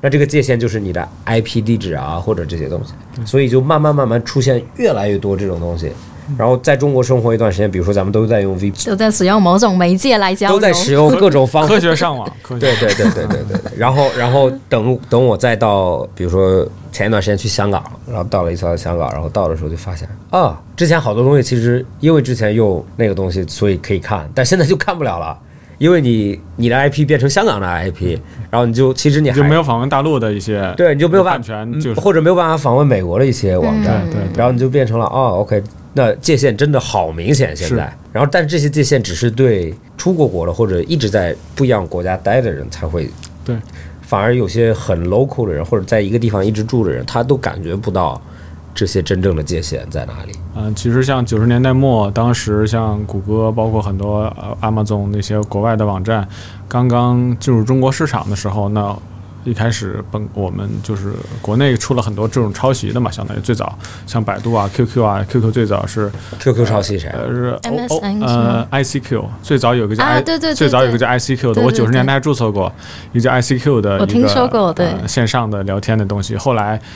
C: 那这个界限就是你的 IP 地址啊，或者这些东西，所以就慢慢出现越来越多这种东西。然后在中国生活一段时间，比如说咱们都在用 VPN，
D: 都在使用某种媒介来交流，
C: 都在使用各种方法，
B: 科学上网，
C: 对。然后等我再到，比如说前一段时间去香港，然后到了一次香港，然后到的时候就发现啊，之前好多东西其实因为之前用那个东西，所以可以看，但现在就看不了了。因为你的 IP 变成香港的 IP， 然后其实你还
B: 就没有访问大陆的一些，
C: 对，你就没有办法
B: 版权，就是
C: 或者没有办法访问美国的一些网站，
B: 对，
C: 然后你就变成了OK， 那界限真的好明显现在。然后但是这些界限只是对出过国的或者一直在不一样国家待的人才会，
B: 对，
C: 反而有些很 local 的人或者在一个地方一直住的人，他都感觉不到这些真正的界限在哪里。
B: 其实像90年代末，当时像谷歌，包括很多Amazon 那些国外的网站刚刚进入中国市场的时候，那一开始我们就是国内出了很多这种抄袭的嘛，相当于最早像百度啊、QQ 啊 ，QQ 最早是
C: QQ 抄袭谁？
D: 是
B: ICQ， 最早有个叫
D: 对，
B: 最早有个叫 ICQ 的，我90年代还注册过一个叫 ICQ 的，
D: 我听说过，对，
B: 线上的聊天的东西。后来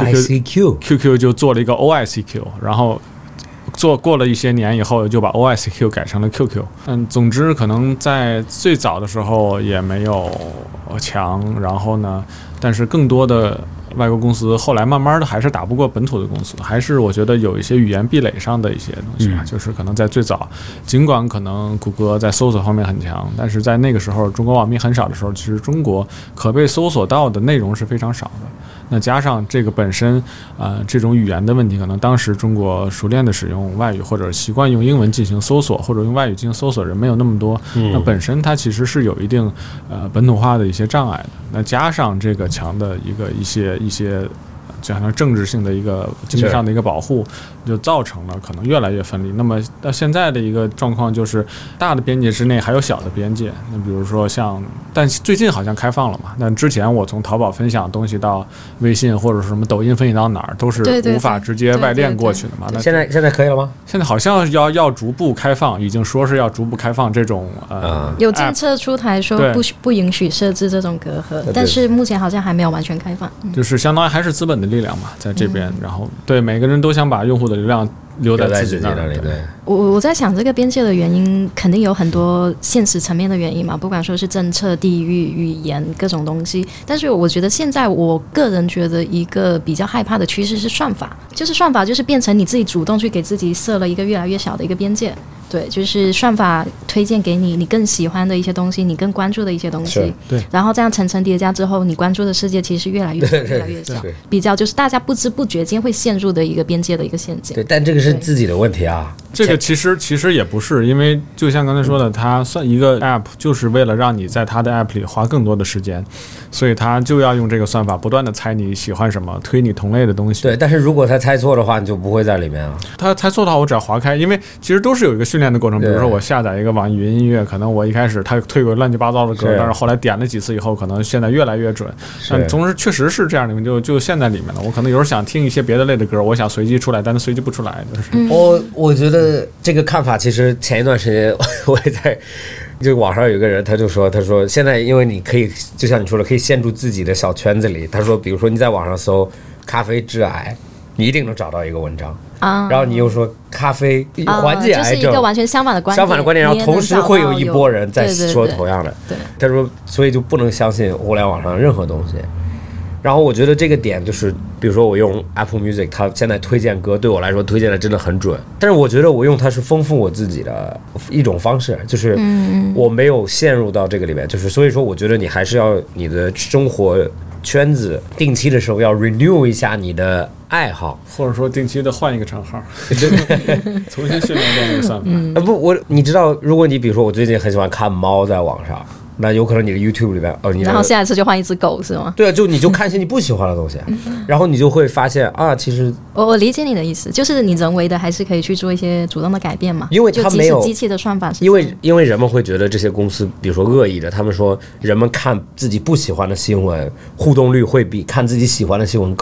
C: QQ
B: 就做了一个 OICQ， 然后过了一些年以后，就把 OICQ 改成了 QQ。总之可能在最早的时候也没有强，然后呢，但是更多的外国公司后来慢慢的还是打不过本土的公司，还是我觉得有一些语言壁垒上的一些东西吧，就是可能在最早，尽管可能谷歌在搜索方面很强，但是在那个时候中国网民很少的时候，其实中国可被搜索到的内容是非常少的。那加上这个本身这种语言的问题，可能当时中国熟练的使用外语或者习惯用英文进行搜索，或者用外语进行搜索人没有那么多，那本身它其实是有一定本土化的一些障碍的。那加上这个强的一些就好像政治性的一个经济上的一个保护，就造成了可能越来越分离。那么到现在的一个状况就是大的边界之内还有小的边界，那比如说但最近好像开放了嘛，但之前我从淘宝分享东西到微信或者什么抖音分享到哪儿都是无法直接外链过去的嘛。
C: 现在可以了吗？
B: 现在好像要逐步开放，已经说是要逐步开放这种
D: 有政策出台说不允许设置这种隔阂，但是目前好像还没有完全开放，
B: 就是相当于还是资本的力量嘛，在这边，然后对每个人都想把用户的流量留在自己那里。对，
D: 我在想这个边界的原因肯定有很多现实层面的原因嘛，不管说是政策、地域、语言各种东西。但是我觉得现在我个人觉得一个比较害怕的趋势是算法，就是变成你自己主动去给自己设了一个越来越小的一个边界。对，就是算法推荐给你更喜欢的一些东西，你更关注的一些东西，
B: 对，
D: 然后这样层层叠加之后，你关注的世界其实是越来越小，越来越小，比较就是大家不知不觉间会陷入的一个边界的一个陷阱。
C: 对，但这个是自己的问题啊。
B: 这个其实也不是，因为就像刚才说的，它算一个 app 就是为了让你在它的 app 里花更多的时间，所以它就要用这个算法不断的猜你喜欢什么，推你同类的东西。
C: 对，但是如果它猜错的话，你就不会在里面了。
B: 它猜错的话，我只要划开，因为其实都是有一个训练的过程。比如说我下载一个网易云音乐，可能我一开始它推过乱七八糟的歌，但是后来点了几次以后，可能现在越来越准。但同时确实是这样的，就陷在里面了。我可能有时候想听一些别的类的歌，我想随机出来，但是随机不出来。
C: 我觉得这个看法其实前一段时间我也在，就网上有一个人他说现在因为你可以就像你说的可以陷入自己的小圈子里，他说比如说你在网上搜咖啡致癌，你一定能找到一个文章然后你又说咖啡缓解癌症，
D: 就是一个完全相反的观点，
C: 然后同时会有一波人在说同样的。
D: 对，
C: 他说所以就不能相信互联网上任何东西。然后我觉得这个点就是，比如说我用 Apple Music， 它现在推荐歌对我来说推荐的真的很准，但是我觉得我用它是丰富我自己的一种方式，就是我没有陷入到这个里面，就是所以说我觉得你还是要你的生活圈子定期的时候要 renew 一下你的爱好，
B: 或者说定期的换一个账号，重新训练这个算法。
C: 你知道，如果你比如说我最近很喜欢看猫在网上。那有可能你的 YouTube 里面
D: 然后下一次就换一只狗是吗？
C: 对啊，你就看一些你不喜欢的东西，然后你就会发现其实
D: 我理解你的意思，就是你人为的还是可以去做一些主动的改变嘛，
C: 因为它没有
D: 就即使机器的算法是
C: 因为人们会觉得这些公司比如说恶意的，他们说人们看自己不喜欢的新闻互动率会比看自己喜欢的新闻高，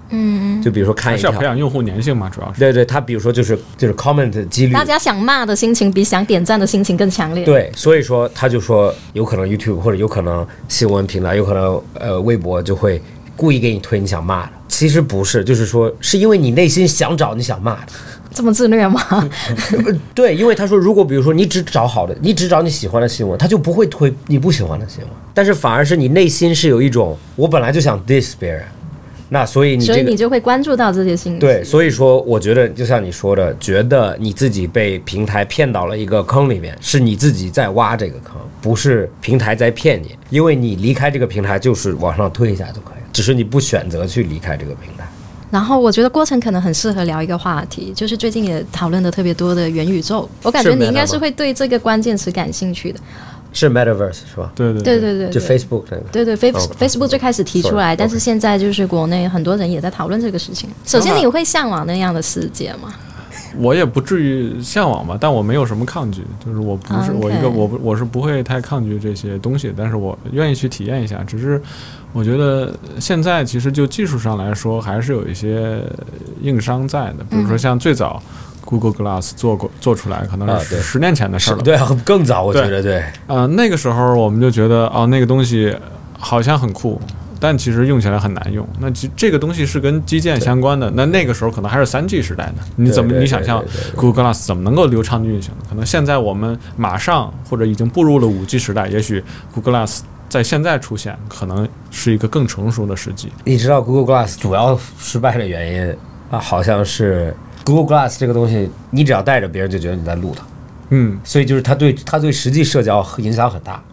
C: 就比如说看一条，
B: 还是要培养用户粘性嘛，主要是。
C: 对，他比如说就是 comment 的几率，
D: 大家想骂的心情比想点赞的心情更强烈。
C: 对，所以说他就说有可能 YouTube 或者有可能新闻平台，有可能微博就会故意给你推你想骂的。其实不是，就是说是因为你内心想找你想骂的。
D: 这么自虐吗？
C: 对，因为他说，如果比如说你只找好的，你只找你喜欢的新闻，他就不会推你不喜欢的新闻。但是反而是你内心是有一种，我本来就想 diss 别人，那所以你
D: 就会关注到这些信息。
C: 对，所以说我觉得就像你说的，觉得你自己被平台骗到了一个坑里面，是你自己在挖这个坑，不是平台在骗你。因为你离开这个平台就是往上推一下就可以，只是你不选择去离开这个平台。
D: 然后我觉得郭晨可能很适合聊一个话题，就是最近也讨论的特别多的元宇宙。我感觉你应该是会对这个关键词感兴趣的。
C: 是 Metaverse 是吧？
B: 对，
C: 就 Facebook 那个。
D: 对 Facebook 最开始提出来，但是现在就是国内很多人也在讨论这个事情。首先，你会向往那样的世界吗？
B: 我也不至于向往吧，但我没有什么抗拒，就是我不是我是不会太抗拒这些东西，但是我愿意去体验一下。只是我觉得现在其实就技术上来说，还是有一些硬伤在的，比如说像最早 Google Glass 做出来，可能是10年前的事了。
C: 对，更早我觉得对。
B: 那个时候我们就觉得那个东西好像很酷。但其实用起来很难用。那这个东西是跟基建相关的，那个时候可能还是3G 时代呢。你想象 Google Glass 怎么能够流畅的运行？可能现在我们马上或者已经步入了5G 时代，也许 Google Glass 在现在出现，可能是一个更成熟的时机。
C: 你知道 Google Glass 主要失败的原因好像是 Google Glass 这个东西，你只要带着，别人就觉得你在录它。所以就是它对实际社交影响很大。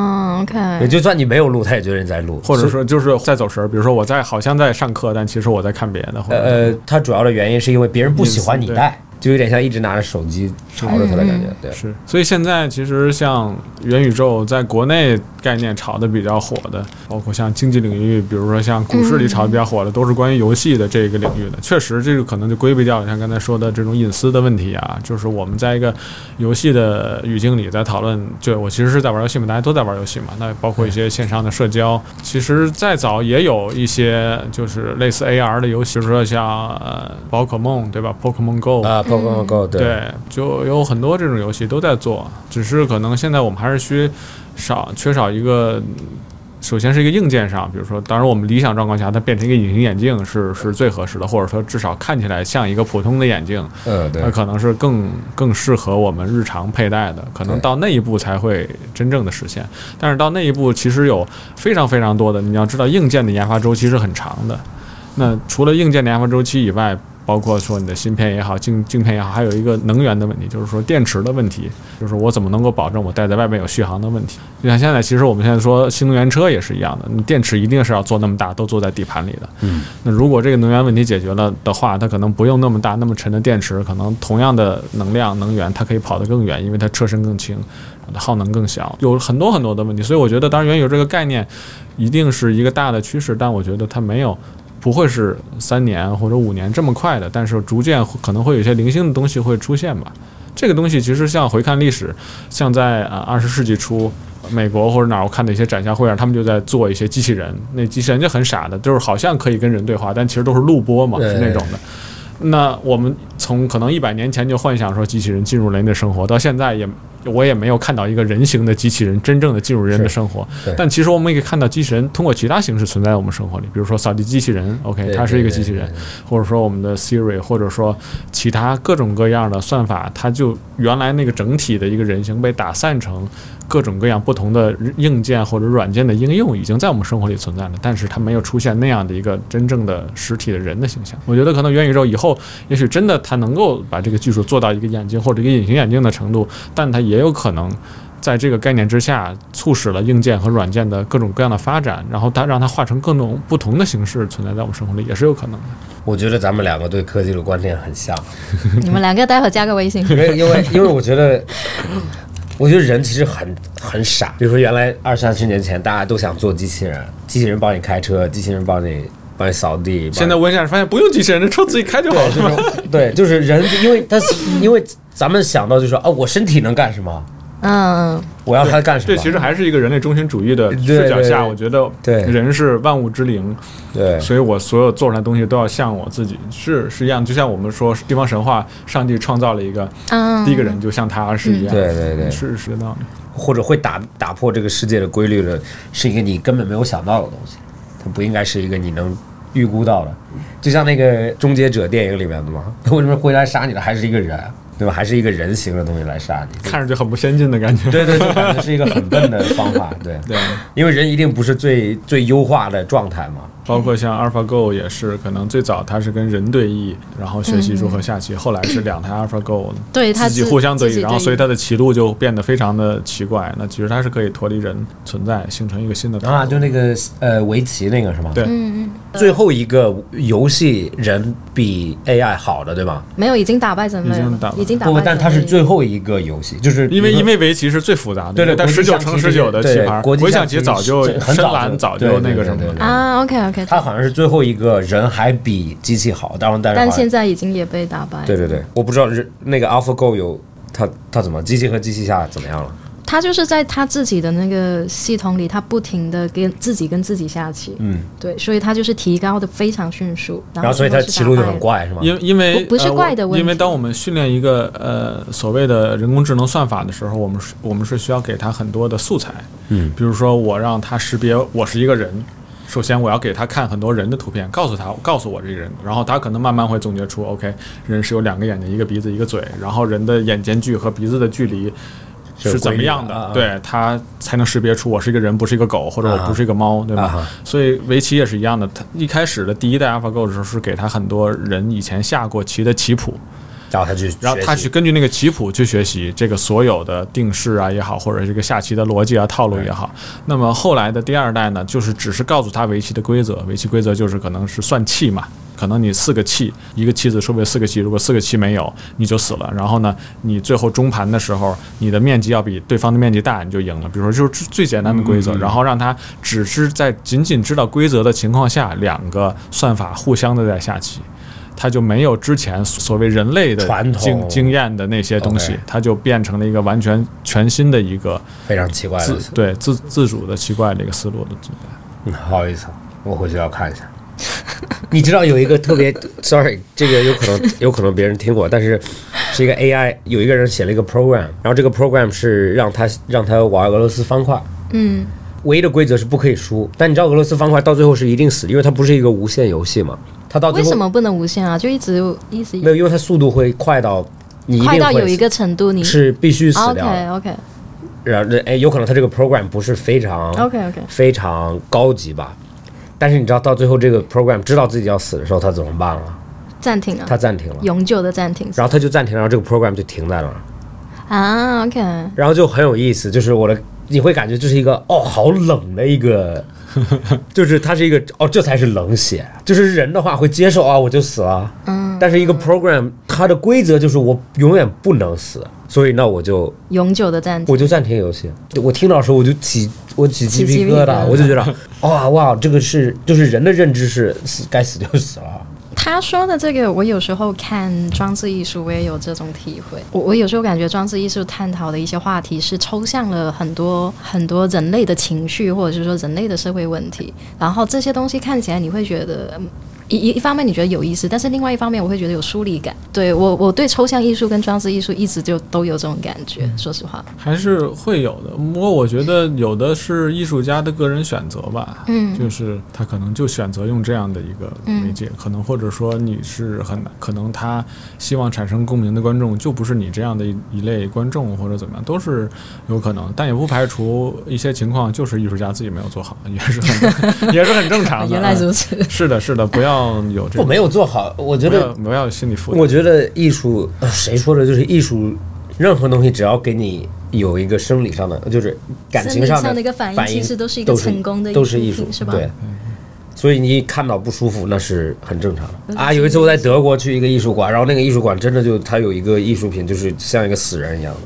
D: OK，
C: 就算你没有录，他也觉得你在录，
B: 或者说就是在走神。比如说我好像在上课，但其实我在看别的。
C: 它主要的原因是因为别人不喜欢你带，就有点像一直拿着手机朝着他的感觉。对，
B: 是。所以现在其实像元宇宙在国内概念炒的比较火的，包括像经济领域，比如说像股市里炒的比较火的，都是关于游戏的这个领域的。确实，这个可能就规避掉像刚才说的这种隐私的问题啊，就是我们在一个游戏的语境里在讨论，就我其实是在玩游戏嘛，大家都在玩游戏嘛，那包括一些线上的社交，其实再早也有一些就是类似 AR 的游戏，比如说像宝可梦对吧 ，Pokemon Go
C: Pokemon Go
B: 对，就有很多这种游戏都在做，只是可能现在我们还是缺少一个。首先是一个硬件上，比如说，当然我们理想状况下，它变成一个隐形眼镜是最合适的，或者说至少看起来像一个普通的眼镜，
C: 对，
B: 它可能是更适合我们日常佩戴的，可能到那一步才会真正的实现。但是到那一步，其实有非常非常多的，你要知道，硬件的研发周期是很长的。那除了硬件的研发周期以外，包括说你的芯片也好，镜片也好，还有一个能源的问题，就是说电池的问题，就是我怎么能够保证我带在外面有续航的问题。就像现在，其实我们现在说新能源车也是一样的，你电池一定是要做那么大，都坐在底盘里的。那如果这个能源问题解决了的话，它可能不用那么大那么沉的电池，可能同样的能源它可以跑得更远，因为它车身更轻，耗能更小，有很多很多的问题。所以我觉得当然元宇宙这个概念一定是一个大的趋势，但我觉得它不会是3年或者5年这么快的，但是逐渐可能会有一些零星的东西会出现吧。这个东西其实像回看历史，像在20世纪初美国或者哪儿我看的一些展销会上，他们就在做一些机器人，那机器人就很傻的，就是好像可以跟人对话，但其实都是录播嘛，是那种的。那我们从可能100年前就幻想说机器人进入人的生活，到现在我也没有看到一个人形的机器人真正的进入人的生活。但其实我们也可以看到机器人通过其他形式存在在我们生活里，比如说扫地机器人 ，OK， 它是一个机器人，或者说我们的 Siri， 或者说其他各种各样的算法，它就原来那个整体的一个人形被打散成各种各样不同的硬件或者软件的应用，已经在我们生活里存在了，但是它没有出现那样的一个真正的实体的人的形象。我觉得可能元宇宙以后也许真的它能够把这个技术做到一个眼镜或者一个隐形眼镜的程度，但它也有可能在这个概念之下促使了硬件和软件的各种各样的发展，然后它让它化成各种不同的形式存在在我们生活里，也是有可能的。
C: 我觉得咱们两个对科技的观点很像。
D: 你们两个待会加个微信。
C: 因为我觉得人其实很傻。比如说原来20-30年前大家都想做机器人，机器人帮你开车，机器人帮你扫地。
B: 现在问一下发现不用机器人，这车自己开就好了。
C: 对，就是人，因为咱们想到就是说我身体能干什么？ 我要他干什么？
B: 这其实还是一个人类中心主义的视角下，我觉得人是万物之灵，
C: 对，
B: 所以我所有做出来的东西都要像我自己，是一样。就像我们说地方神话，上帝创造了一个第一个人，就像他是一样，
C: 对，
B: 是的道理。
C: 或者会打破这个世界的规律的，是一个你根本没有想到的东西，它不应该是一个你能预估到的。就像那个终结者电影里面的嘛，为什么回来杀你的还是一个人？对吧？还是一个人形的东西来杀你，
B: 看着就很不先进的感觉。
C: 对，感觉是一个很笨的方法。对，因为人一定不是最优化的状态嘛。
B: 包括像 AlphaGo 也是，可能最早它是跟人对弈，然后学习如何下棋，后来是2台 AlphaGo
D: 对
B: 自己互相对弈，然后所以它的棋路就变得非常的奇怪。那其实它是可以脱离人存在，形成一个新的
C: 就那个围棋那个是吗？
B: 对，
C: 最后一个游戏人比 AI 好的，对吧？
D: 没有，已经打败人类了，已经打败人类了。
C: 但它是最后一个游戏，就是
B: 因为围棋是最复杂的，
C: 对，
B: 但19×19的棋盘，国际象棋早就深蓝早就那个什么了
D: 啊。OK，
C: 它好像是最后一个人还比机器好，但
D: 现在已经也被打败。
C: 对，我不知道那个 AlphaGo 有它怎么机器和机器下怎么样了？
D: 他就是在他自己的那个系统里，他不停的跟自己下棋，对，所以他就是提高的非常迅速，
C: 然后所以他棋路就很怪，是吗？
B: 因为
D: 不是怪的问题，
B: 因为当我们训练一个所谓的人工智能算法的时候，我们是需要给他很多的素材，比如说我让他识别我是一个人。首先我要给他看很多人的图片，告诉我这个人，然后他可能慢慢会总结出 OK 人是有2个眼睛，1个鼻子1个嘴，然后人的眼间距和鼻子的距离是怎么样的，对，他才能识别出我是一个人不是一个狗，或者我不是一个猫，对吧？所以围棋也是一样的，他一开始的第一代 AlphaGo 的时候是给他很多人以前下过棋的棋谱，然后他去根据那个棋谱去学习这个所有的定式啊也好，或者这个下棋的逻辑啊套路也好。那么后来的第2代呢，就是只是告诉他围棋的规则，围棋规则就是可能是算气嘛，可能你4个气，一个棋子收为4个气，如果4个气没有你就死了，然后呢你最后中盘的时候你的面积要比对方的面积大你就赢了，比如说就是最简单的规则，然后让他只是在仅知道规则的情况下2个算法互相的在下棋，它就没有之前所谓人类的经验的那些东西，它就变成了一个完全全新的一个
C: 非常奇怪的
B: 自主的奇怪的一个思路的存在。
C: 不好意思，我回去要看一下。你知道有一个特别 ，sorry， 这个有可能别人听过，但是是一个 AI， 有一个人写了一个 program， 然后这个 program 是让他玩俄罗斯方块，唯一的规则是不可以输，但你知道俄罗斯方块到最后是一定死，因为它不是一个无限游戏嘛。它到最后
D: 为什么不能无限啊？就一直
C: 没有，因为它速度会快到你一定会
D: 快到有一个程度，你
C: 是必须死掉。
D: OK。
C: 然后有可能它这个 program 不是非常
D: OK
C: 非常高级吧，但是你知道到最后这个 program 知道自己要死的时候，它怎么办了？
D: 暂停了。
C: 它暂停了，
D: 永久的暂停。
C: 然后它就暂停，然后这个 program 就停在了。
D: OK。
C: 然后就很有意思，就是你会感觉这是一个好冷的一个。就是它是一个这才是冷血，就是人的话会接受我就死了，但是一个 program 它的规则就是我永远不能死，所以那我就
D: 永久的暂停，
C: 我就暂停游戏。我听到的时候我起鸡皮疙瘩，我就觉得哇，这个就是人的认知是该死就死了。
D: 他说的这个，我有时候看装置艺术，我也有这种体会。我有时候感觉装置艺术探讨的一些话题是抽象了很多很多人类的情绪，或者是说人类的社会问题。然后这些东西看起来你会觉得一方面你觉得有意思，但是另外一方面我会觉得有疏离感。对我对抽象艺术跟装置艺术一直就都有这种感觉，说实话
B: 还是会有的。不过我觉得有的是艺术家的个人选择吧，就是他可能就选择用这样的一个媒介，可能或者说你是可能他希望产生共鸣的观众就不是你这样的一类观众，或者怎么样都是有可能，但也不排除一些情况就是艺术家自己没有做好，也是很正常的。
D: 原来如此。
B: 是的，不要有这个，
C: 我没有做好，我觉得
B: 不要有心理负担。
C: 我觉得艺术，谁说的？就是艺术，任何东西只要给你有一个生理上的，就是感情上
D: 的一个反应，其实都是一个成功的
C: 都是艺术，
D: 是吧？
C: 对。所以你看到不舒服，那是很正常的有一次我在德国去一个艺术馆，然后那个艺术馆真的就它有一个艺术品，就是像一个死人一样的，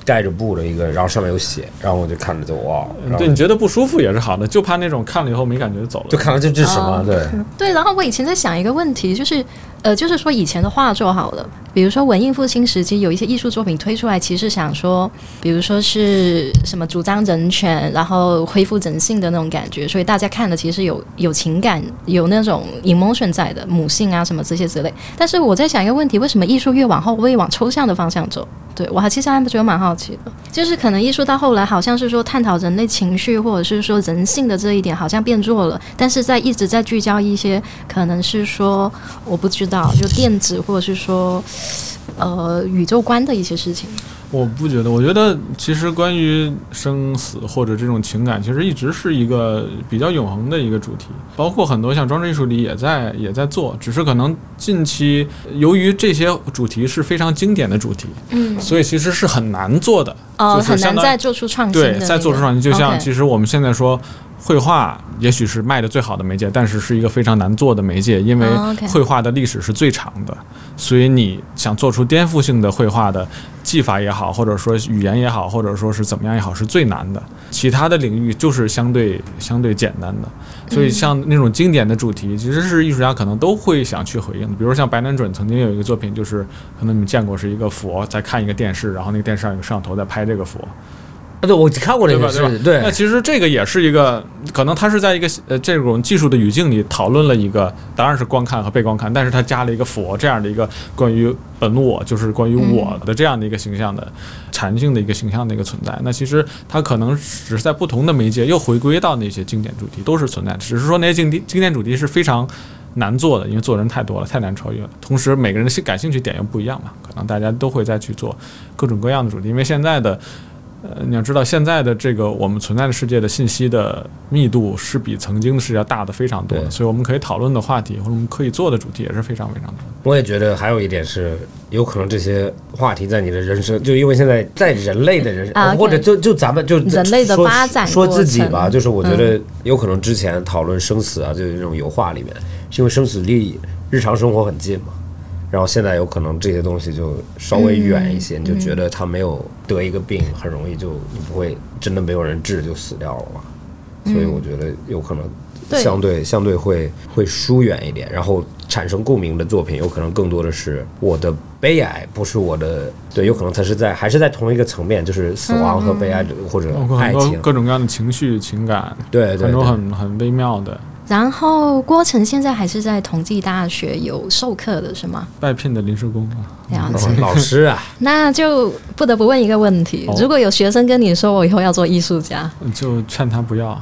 C: 盖着布的一个，然后上面有写，然后我就看着就哇，
B: 对，你觉得不舒服也是好的，就怕那种看了以后没感觉就走了，
C: 就看了这是什么？
D: 对。然后我以前在想一个问题，就是说以前的画作好了，比如说文艺复兴时期有一些艺术作品推出来，其实想说，比如说是什么主张人权，然后恢复人性的那种感觉，所以大家看了其实有情感，有那种 emotion 在的，母性啊什么这些之类。但是我在想一个问题，为什么艺术越往后会往抽象的方向走？对，我其实还觉得蛮好奇的，就是可能艺术到后来好像是说探讨人类情绪或者是说人性的这一点好像变弱了，但是一直在聚焦一些可能是说我不知道就电子或者是说宇宙观的一些事情。
B: 我不觉得，我觉得其实关于生死或者这种情感，其实一直是一个比较永恒的一个主题，包括很多像装置艺术里也在做，只是可能近期由于这些主题是非常经典的主题，所以其实是很难做的，就是
D: 很难再做出创新的、
B: 对，再做出创新，就像其实我们现在说。绘画也许是卖的最好的媒介，但是是一个非常难做的媒介，因为绘画的历史是最长的，所以你想做出颠覆性的绘画的技法也好，或者说语言也好，或者说是怎么样也好，是最难的。其他的领域就是相对简单的，所以像那种经典的主题，其实是艺术家可能都会想去回应的。比如像白南准曾经有一个作品，就是可能你们见过，是一个佛在看一个电视，然后那个电视上有个摄像头在拍这个佛。
C: 对，我看过那个是，对。
B: 那其实这个也是一个，可能它是在一个这种技术的语境里讨论了一个，当然是观看和被观看，但是它加了一个佛这样的一个关于本我，就是关于我的这样的一个形象的禅性的一个形象的一个存在。那其实它可能只是在不同的媒介又回归到那些经典主题，都是存在的，只是说那些经典主题是非常难做的，因为做人太多了，太难超越了。同时每个人的感兴趣点又不一样嘛，可能大家都会再去做各种各样的主题，因为现在的。你要知道，现在的这个我们存在的世界的信息的密度是比曾经的世界大的非常多的，所以我们可以讨论的话题或者我们可以做的主题也是非常非常多的。
C: 我也觉得还有一点是，有可能这些话题在你的人生，就因为现在在人类的人生，或者就咱们就
D: 人类的发展
C: 说自己吧，就是我觉得有可能之前讨论生死啊，就是这种油画里面，是因为生死离日常生活很近嘛。然后现在有可能这些东西就稍微远一些，你就觉得他没有得一个病，很容易就你不会真的没有人治就死掉了嘛。所以我觉得有可能相对会疏远一点，然后产生共鸣的作品有可能更多的是我的悲哀，不是我的对，有可能它是还是在同一个层面，就是死亡和悲哀或者爱情，
B: 各种各样的情绪情感，
C: 对，
B: 很多很微妙的。
D: 然后郭晨现在还是在同济大学有授课的是吗？
B: 外聘的临时工啊，
C: 老师啊。
D: 那就不得不问一个问题，如果有学生跟你说我以后要做艺术家，
B: 就劝他不要。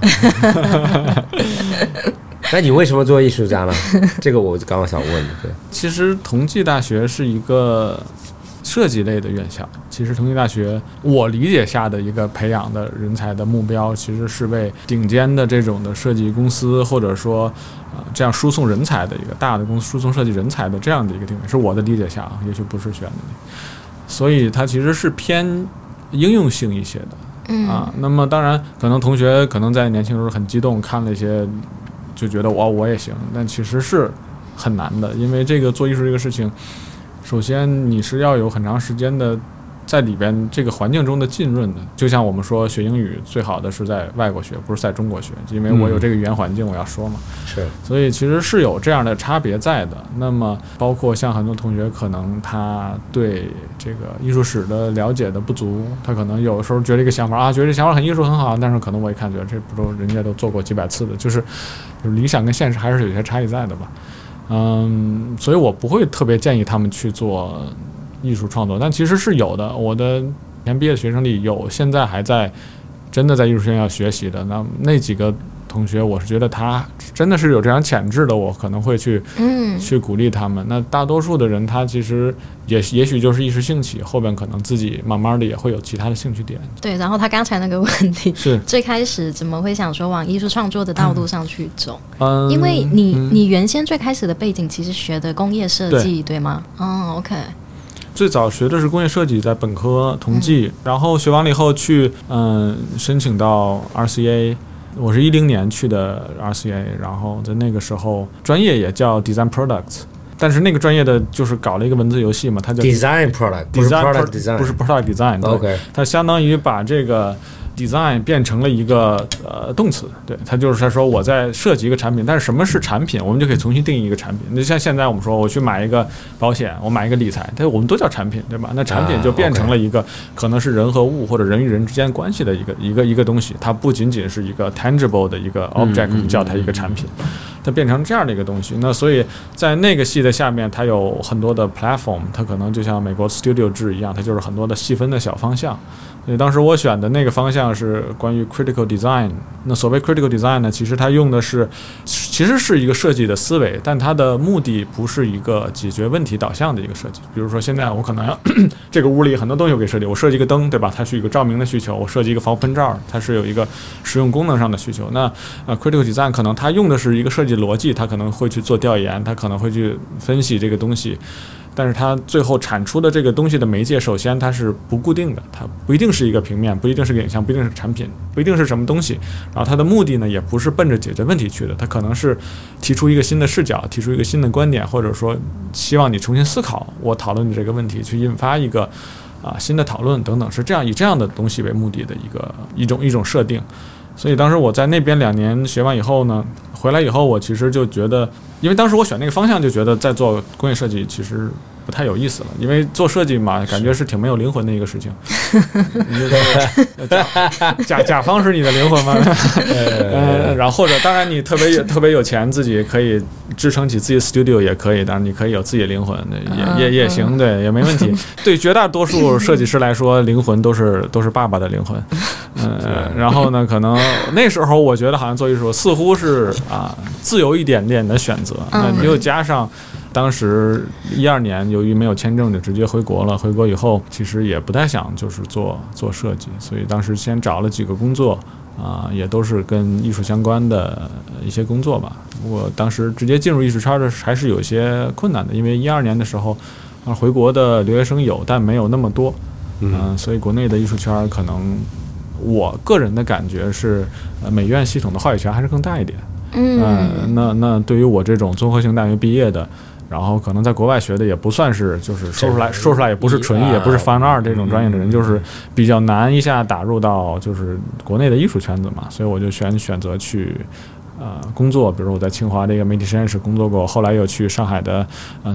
C: 那你为什么做艺术家呢？这个我刚刚想问你。对，
B: 其实同济大学是一个设计类的院校，其实同济大学我理解下的一个培养的人才的目标，其实是为顶尖的这种的设计公司，或者说这样输送人才的一个大的公司输送设计人才的这样的一个定位，是我的理解下啊，也许不是选的，所以它其实是偏应用性一些的那么当然可能同学可能在年轻时候很激动，看了一些就觉得我也行，但其实是很难的，因为这个做艺术这个事情。首先你是要有很长时间的在里边这个环境中的浸润的，就像我们说学英语最好的是在外国学，不是在中国学，因为我有这个语言环境我要说嘛，
C: 是，
B: 所以其实是有这样的差别在的。那么包括像很多同学可能他对这个艺术史的了解的不足，他可能有时候觉得一个想法觉得这想法很艺术很好，但是可能我一看觉得这不都人家都做过几百次的，就是理想跟现实还是有些差异在的吧。所以我不会特别建议他们去做艺术创作，但其实是有的。我的前毕业的学生里有现在还在真的在艺术学校学习的，那几个同学，我是觉得他真的是有这样潜质的，我可能会去鼓励他们。那大多数的人，他其实也许就是一时兴起，后边可能自己慢慢的也会有其他的兴趣点。
D: 对，然后他刚才那个问题
B: 是
D: 最开始怎么会想说往艺术创作的道路上去走？因为你原先最开始的背景其实学的工业设计， 对吗？OK。
B: 最早学的是工业设计，在本科同济，然后学完了以后去申请到 RCA。我是10年去的 RCA， 然后在那个时候专业也叫 Design Products， 但是那个专业的就是搞了一个文字游戏嘛，它叫
C: design product， 不是 product design，
B: 不是 product design。OK， 它相当于把这个 design 变成了一个动词，对，它就是在说我在设计一个产品，但是什么是产品，我们就可以重新定义一个产品。那像现在我们说我去买一个保险，我买一个理财，但我们都叫产品，对吧？那产品就变成了一个可能是人和物或者人与人之间关系的一个东西，它不仅仅是一个 tangible 的一个 object， 我们叫它一个产品。它变成这样的一个东西，那所以在那个系的下面，它有很多的 platform， 它可能就像美国 studio 制一样，它就是很多的细分的小方向。所以当时我选的那个方向是关于 critical design。那所谓 critical design 呢，其实它用的是，其实是一个设计的思维，但它的目的不是一个解决问题导向的一个设计。比如说现在我可能要这个屋里很多东西我给设计，我设计一个灯，对吧？它是一个照明的需求，我设计一个防喷罩，它是有一个实用功能上的需求。那critical design 可能它用的是一个设计逻辑，它可能会去做调研，它可能会去分析这个东西。但是它最后产出的这个东西的媒介，首先它是不固定的，它不一定是一个平面，不一定是个影像，不一定是个产品，不一定是什么东西。然后它的目的呢，也不是奔着解决问题去的，它可能是提出一个新的视角，提出一个新的观点，或者说希望你重新思考我讨论的这个问题，去引发一个新的讨论等等，是这样以这样的东西为目的的一种设定。所以当时我在那边2年学完以后呢，回来以后我其实就觉得，因为当时我选那个方向就觉得在做工业设计其实不太有意思了，因为做设计嘛，感觉是挺没有灵魂的一个事情。甲方是你的灵魂吗？然后或者当然你特别有钱，自己可以支撑起自己的 studio 也可以，当然你可以有自己的灵魂，也行，对，也没问题。对绝大多数设计师来说，灵魂都是爸爸的灵魂。然后呢，可能那时候我觉得好像做艺术似乎是自由一点点的选择。那又加上当时12年由于没有签证就直接回国了，回国以后其实也不太想就是做设计，所以当时先找了几个工作也都是跟艺术相关的一些工作吧。我当时直接进入艺术圈的还是有一些困难的，因为12年的时候回国的留学生有，但没有那么多。所以国内的艺术圈可能我个人的感觉是美院系统的话语权还是更大一点。那对于我这种综合性大学毕业的，然后可能在国外学的也不算是，就是说出来也不是纯艺，也不是 fine art 这种专业的人，就是比较难一下打入到就是国内的艺术圈子嘛，所以我就选择去工作。比如我在清华的一个媒体实验室工作过，后来又去上海的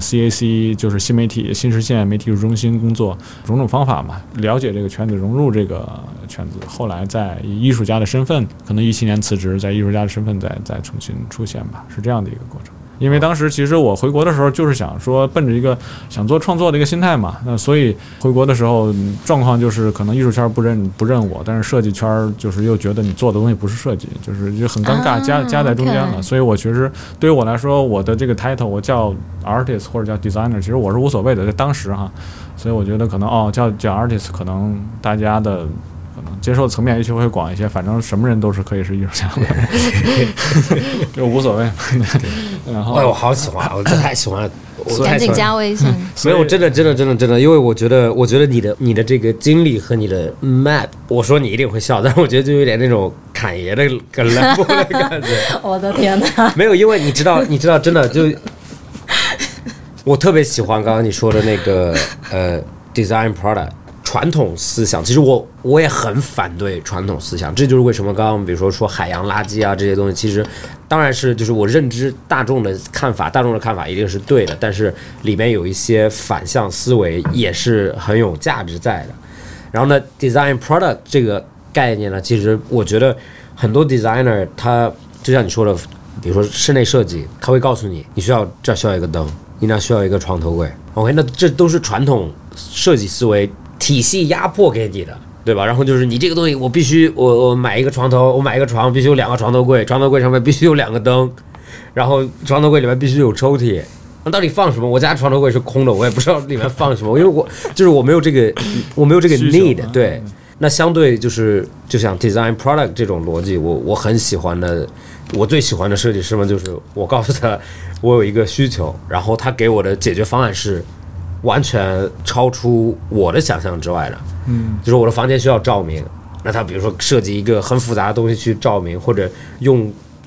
B: CAC 就是新媒体新实现媒体艺术中心工作，种种方法嘛，了解这个圈子，融入这个圈子。后来在以艺术家的身份，可能17年辞职，在艺术家的身份再重新出现吧，是这样的一个过程。因为当时其实我回国的时候就是想说奔着一个想做创作的一个心态嘛，那所以回国的时候状况就是可能艺术圈不认我，但是设计圈就是又觉得你做的东西不是设计，就很尴尬，夹在中间了。所以我其实对于我来说，我的这个 title 我叫 artist 或者叫 designer， 其实我是无所谓的，在当时哈，所以我觉得可能叫 artist 可能大家的接受层面也许会广一些，反正什么人都是可以是艺术家的，就无所谓。然后，
C: 我好喜欢，我真的太喜欢了，
D: 赶紧加微信。
C: 没有，真的，因为我觉得你的这个经历和你的 map， 我说你一定会笑，但是我觉得就有点那种侃爷的跟 level 的感觉。
D: 我的天哪！
C: 没有，因为你知道，真的就，我特别喜欢刚刚你说的那个design product。传统思想，其实我也很反对传统思想，这就是为什么刚刚比如说海洋垃圾这些东西，其实当然是就是我认知大众的看法一定是对的，但是里面有一些反向思维也是很有价值在的。然后呢 ，design product 这个概念呢，其实我觉得很多 designer 他就像你说的，比如说室内设计，他会告诉你这需要一个灯，你那需要一个床头柜 ，OK， 那这都是传统设计思维体系压迫给你的，对吧？然后就是你这个东西，我必须我买一个床头，我买一个床必须有2个床头柜，床头柜上面必须有2个灯，然后床头柜里面必须有抽屉。那到底放什么？我家床头柜是空的，我也不知道里面放什么，因为我没有这个 need， 对。那相对就像 design product 这种逻辑，我很喜欢的，我最喜欢的设计师们就是我告诉他我有一个需求，然后他给我的解决方案是完全超出我的想象之外的。就是我的房间需要照明，那他比如说设计一个很复杂的东西去照明，或者用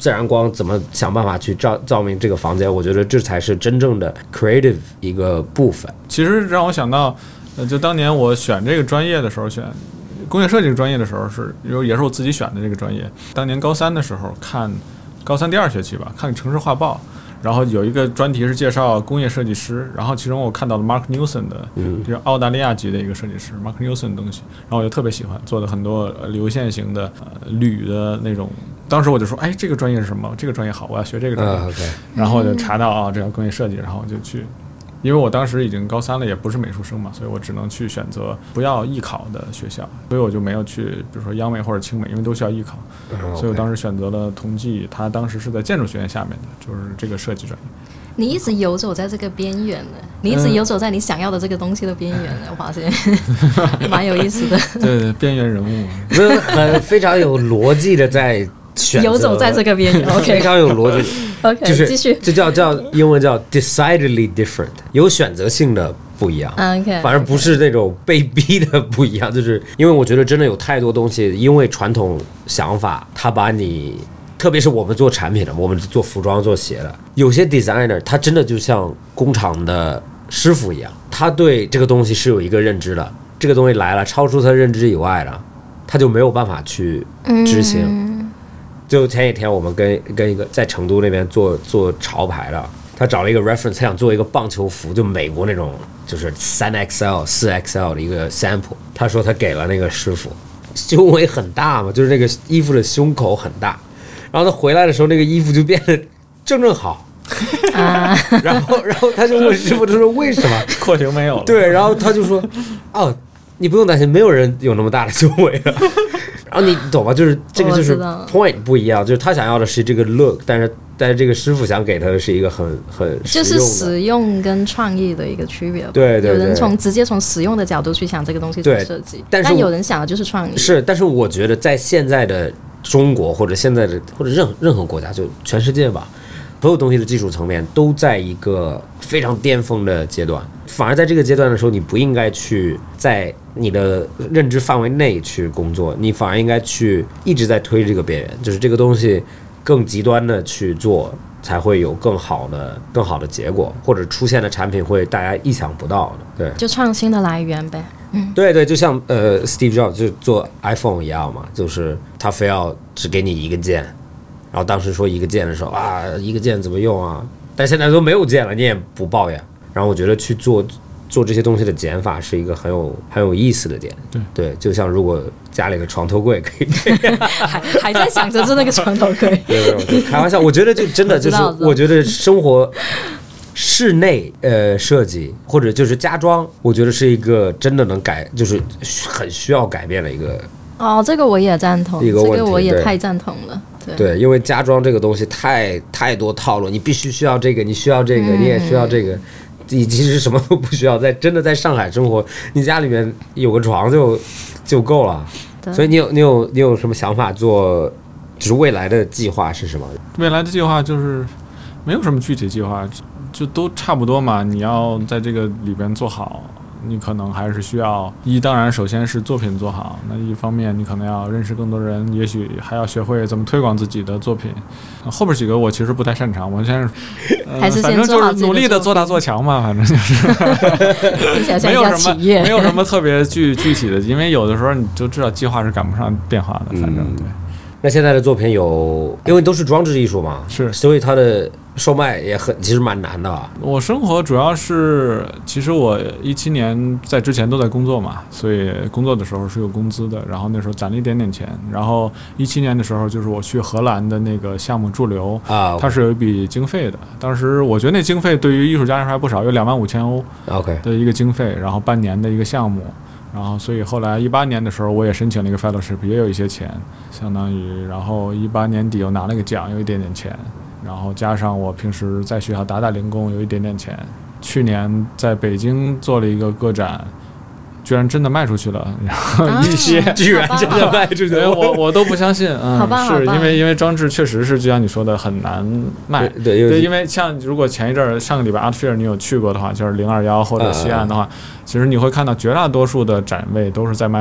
C: 自然光怎么想办法去照明这个房间，我觉得这才是真正的 creative 一个部分。
B: 其实让我想到，就当年我选这个专业的时候，选工业设计这个专业的时候，也是我自己选的这个专业。当年高三的时候看，高三第2学期吧，看城市画报。然后有一个专题是介绍工业设计师，然后其中我看到了 Mark Newson 的，就是澳大利亚籍的一个设计师，Mark Newson 的东西，然后我就特别喜欢，做的很多流线型的铝的那种。当时我就说，哎，这个专业是什么？这个专业好，我要学这个专业。
C: Okay.
B: 然后我就查到这个工业设计，然后我就去。因为我当时已经高3了，也不是美术生嘛，所以我只能去选择不要艺考的学校，所以我就没有去，比如说央美或者清美，因为都需要艺考，所以我当时选择了同济，他当时是在建筑学院下面的，就是这个设计专业。
D: 你一直游走在这个边缘的，你一直游走在你想要的这个东西的边缘的，我发现蛮有意思的。
B: 对，边缘人物，
C: 非常有逻辑的在
D: 游走在这个边缘，OK，
C: 非常有逻辑。
D: OK，
C: 就是
D: 继续，
C: 这叫英文叫 decidedly different， 有选择性的不一样。
D: OK，
C: 反而不是那种被逼的不一样，就是因为我觉得真的有太多东西，因为传统想法，它把你。特别是我们做产品的，我们做服装、做鞋的，有些 designer 他真的就像工厂的师傅一样，他对这个东西是有一个认知的，这个东西来了超出他认知以外的，他就没有办法去执行。就前几天我们跟一个在成都那边做潮牌的，他找了一个 reference， 他想做一个棒球服，就美国那种就是3XL、4XL 的一个 sample， 他说他给了那个师傅，胸围很大嘛，就是那个衣服的胸口很大。然后他回来的时候，那个衣服就变得正好，然后他就问师傅，他说为什么
B: 廓形没有了？
C: 对，然后他就说，哦，你不用担心，没有人有那么大的胸围了。然后你懂吧？就是这个就是 point 不一样，就是他想要的是这个 look， 但是这个师傅想给他的是一个很
D: 就是实用跟创意的一个区别。
C: 对，
D: 有人直接从实用的角度去想这个东西做设计，但有人想的就是创意。
C: 是，但是我觉得在现在的中国或者现在的或者任何国家，就全世界吧，所有东西的技术层面都在一个非常巅峰的阶段。反而在这个阶段的时候，你不应该去在你的认知范围内去工作，你反而应该去一直在推这个边缘，就是这个东西更极端的去做，才会有更好的结果，或者出现的产品会大家意想不到的。对，
D: 就创新的来源呗。
C: 对，就像Steve Jobs 就做 iPhone 一样嘛，就是他非要只给你一个键，然后当时说一个键的时候啊，一个键怎么用啊？但现在都没有键了，你也不抱怨。然后我觉得去做这些东西的减法是一个很有意思的点。对，就像如果家里的床头柜可以
D: 还在想着是那个床头柜，
C: 对，开玩笑，我觉得就真的就是我觉得生活。室内设计或者就是家装，我觉得是一个真的能就是很需要改变的一个。
D: 这个我也赞同，
C: 这个
D: 我也太赞同了。
C: 对，因为家装这个东西太多套路，你必须需要这个，你需要这个，你也需要这个，你其实什么都不需要。真的在上海生活，你家里面有个床就够了。所以你有什么想法做？就是未来的计划是什么？
B: 未来的计划就是没有什么具体计划。就都差不多嘛，你要在这个里边做好，你可能还是需要当然首先是作品做好，那一方面你可能要认识更多人，也许还要学会怎么推广自己的作品。后边几个我其实不太擅长，我现在
D: 还是
B: 反正就是努力的做大做强嘛，反正就是没有什么特别具体的，因为有的时候你就知道计划是赶不上变化的，反正对。
C: 那现在的作品因为都是装置艺术嘛，
B: 是，
C: 所以它的售卖也其实蛮难的啊。
B: 我生活主要是，其实我17年在之前都在工作嘛，所以工作的时候是有工资的，然后那时候攒了一点点钱，然后17年的时候就是我去荷兰的那个项目驻留
C: 啊，
B: 它是有一笔经费的，当时我觉得那经费对于艺术家来说还不少，有25000欧的一个经费，然后半年的一个项目。然后，所以后来18年的时候，我也申请了一个 fellowship， 也有一些钱，相当于，然后18年底又拿了个奖，有一点点钱，然后加上我平时在学校打零工，有一点点钱。去年在北京做了一个个展，居然真的卖出去了，然后一些
C: 居然真的卖出去了，
B: 我都不相信，是因为装置确实是就像你说的很难卖，对，因为像如果前一阵上个礼拜 Art Fair 你有去过的话，就是021或者西岸的话，其实你会看到绝大多数的展位都是在卖画，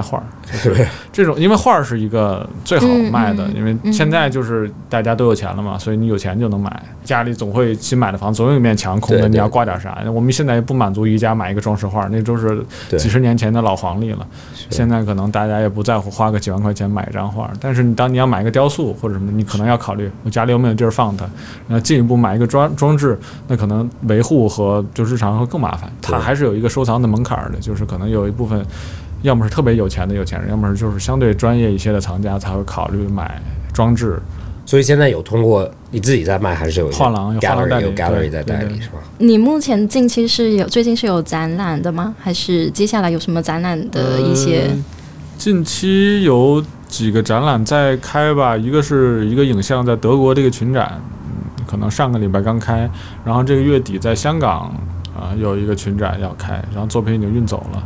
B: 就是这种，因为画是一个最好卖的，因为现在就是大家都有钱了嘛，所以你有钱就能买。家里总会新买的房总有一面墙空的，你要挂点啥？我们现在也不满足于家买一个装饰画，那都是几十年前的老黄历了。现在可能大家也不在乎花个几万块钱买一张画，但是当你要买一个雕塑或者什么，你可能要考虑我家里有没有地儿放它。那进一步买一个装置，那可能维护和就日常会更麻烦。它还是有一个收藏的门槛的，就是可能有一部分。要么是特别有钱的有钱人，要么是就是相对专业一些的藏家才会考虑买装置。
C: 所以现在有通过你自己在卖，还是有
B: 画廊有画廊代理，
C: 有 gallery 在代理是吧？
D: 你目前近期最近是有展览的吗？还是接下来有什么展览的一些？
B: 近期有几个展览在开吧，一个是一个影像在德国这个群展，可能上个礼拜刚开，然后这个月底在香港有一个群展要开，然后作品已经运走了。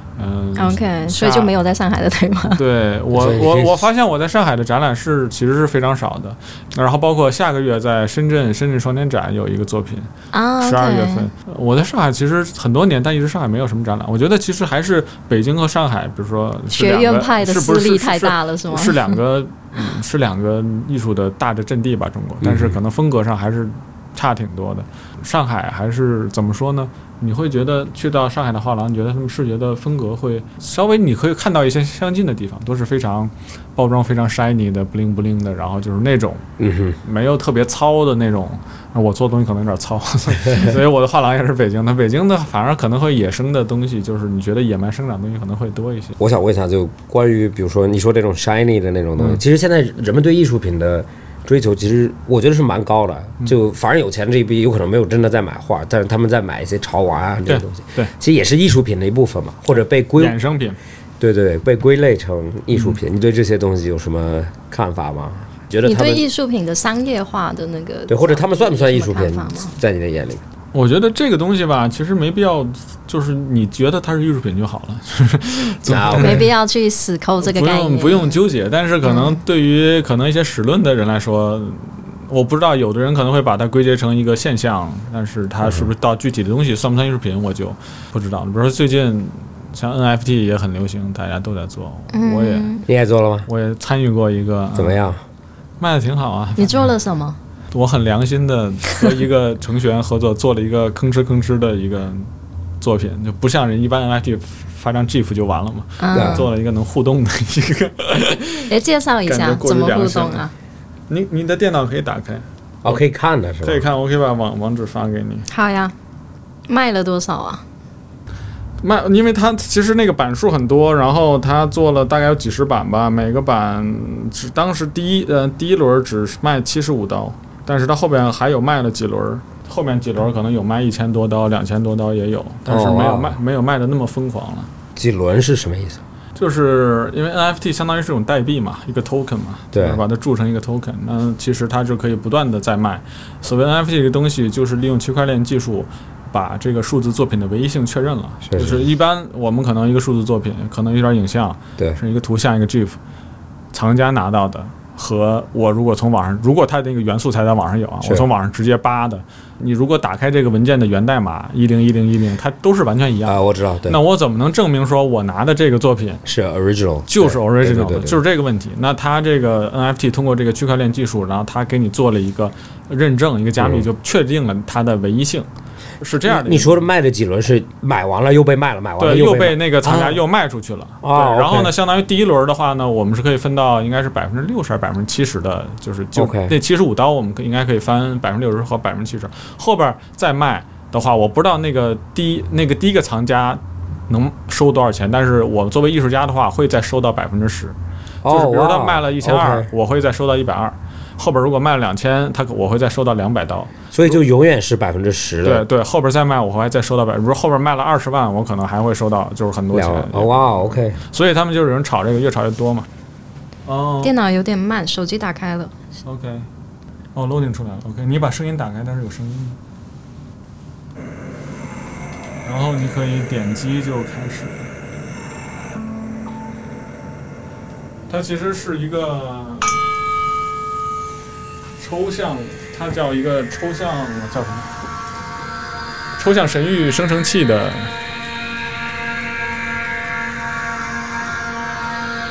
D: OK， 所以就没有在上海的对吗？
B: 对，我发现我在上海的展览其实是非常少的，然后包括下个月在深圳双年展有一个作品，12月份。我在上海其实很多年，但一直上海没有什么展览。我觉得其实还是北京和上海，比如说
D: 学院派的势力太大了，是吗？
B: 是两个艺术的大的阵地吧，中国，但是可能风格上还是差挺多的。上海还是怎么说呢？你会觉得去到上海的画廊，你觉得他们视觉的风格会稍微，你可以看到一些相近的地方，都是非常包装非常 shiny 的 bling bling 的，然后就是那种没有特别糙的那种。我做的东西可能有点糙，所以我的画廊也是北京的。北京的反而可能会野生的东西，就是你觉得野蛮生长的东西可能会多一些。
C: 我想问一下，就关于比如说你说这种 shiny 的那种东西，其实现在人们对艺术品的追求其实我觉得是蛮高的，就反正有钱这一批有可能没有真的在买画，但是他们在买一些潮玩啊这些东西，
B: 对，
C: 其实也是艺术品的一部分嘛，或者被
B: 衍生品，
C: 对，被归类成艺术品。你对这些东西有什么看法吗？觉得
D: 你对艺术品的商业化的那个
C: 对，或者他们算不算艺术品，在你的眼里？
B: 我觉得这个东西吧，其实没必要，就是你觉得它是艺术品就好了，
D: 没必要去死抠这个概念，
B: 不用纠结。但是可能对于可能一些史论的人来说，我不知道有的人可能会把它归结成一个现象，但是它是不是到具体的东西算不算艺术品，我就不知道。比如说最近像 NFT 也很流行，大家都在做，
C: 你也做了吗？
B: 我也参与过一个，
C: 怎么样？
B: 卖的挺好啊。
D: 你做了什么？
B: 我很良心的和一个程序员合作，做了一个吭哧的一个作品，就不像人一般 NFT 发张 GIF 就完了嘛，做了一个能互动的一个。
D: 介绍一下怎么互动啊？
B: 你的电脑可以打开，
C: 可以看的是吧？
B: 可以看，我可以把网址发给你。
D: 好呀，卖了多少啊？
B: 因为它其实那个版数很多，然后它做了大概有几十版吧，每个版当时第一轮只卖75刀。但是它后边还有卖了几轮，后面几轮可能有卖1000多刀、2000多刀也有，但是没有卖的那么疯狂了。
C: 几轮是什么意思？
B: 就是因为 NFT 相当于是种代币嘛，一个 token 嘛，
C: 对，
B: 把它铸成一个 token， 那其实它就可以不断的在卖。所谓 NFT 这个东西，就是利用区块链技术把这个数字作品的唯一性确认了。就是一般我们可能一个数字作品，可能有点影像，
C: 对，
B: 是一个图像一个 GIF， 藏家拿到的。和我如果从网上，如果它那个元素才在网上有啊，我从网上直接扒的，你如果打开这个文件的源代码101010，它都是完全一样
C: 啊，我知道。对，
B: 那我怎么能证明说我拿的这个作品
C: 是 original，
B: 就是 original
C: 的？
B: 就是这个问题。那它这个 NFT 通过这个区块链技术，然后它给你做了一个认证，一个加密，就确定了它的唯一性。是这样的。
C: 你说的卖的几轮是买完了又被卖了，买完了
B: 又被那个藏家又卖出去了。对，然后呢，相当于第一轮的话呢，我们是可以分到应该是60%还是70%的，就那75刀我们应该可以翻60%和70%。后边再卖的话，我不知道那个第一个藏家能收多少钱，但是我作为艺术家的话，会再收到10%。就是比如他卖了1200，我会再收到120。后边如果卖了2000，我会再收到200刀，
C: 所以就永远是10%的。
B: 对，后边再卖我会再收到比如后边卖了20万，我可能还会收到就是很多钱。
C: 哇 ，OK。
B: 所以他们就是有人炒这个，越炒越多嘛。
D: 电脑有点慢，手机打开了。
B: OK， loading 出来了。OK， 你把声音打开，但是有声音。然后你可以点击就开始。它其实是一个抽象，它叫一个抽象叫什么？抽象神域生成器的。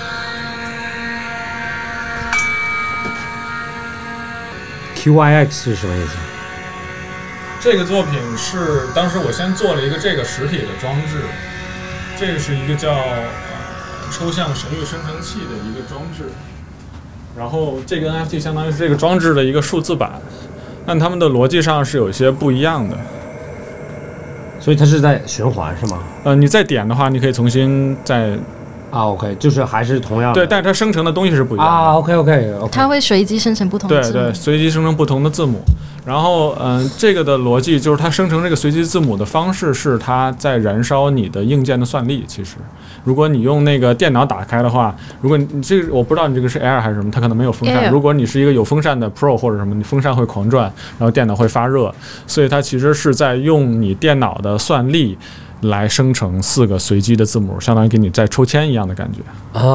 C: QYX 是什么意思？
B: 这个作品是当时我先做了一个这个实体的装置，这个是一个叫抽象神域生成器的一个装置，然后这个 NFT 相当于是这个装置的一个数字版，但它们的逻辑上是有一些不一样的。
C: 所以它是在循环是吗？
B: 你再点的话，你可以重新再
C: OK， 就是还是同样的。
B: 对，但是它生成的东西是不一样的。
C: OK，
D: 它会随机生成不同的字母。
B: 对，随机生成不同的字母。然后，这个的逻辑就是它生成这个随机字母的方式是它在燃烧你的硬件的算力。其实，如果你用那个电脑打开的话，如果你这个我不知道你这个是 Air 还是什么，它可能没有风扇。如果你是一个有风扇的 Pro 或者什么，你风扇会狂转，然后电脑会发热，所以它其实是在用你电脑的算力来生成4个随机的字母，相当于给你在抽签一样的感觉。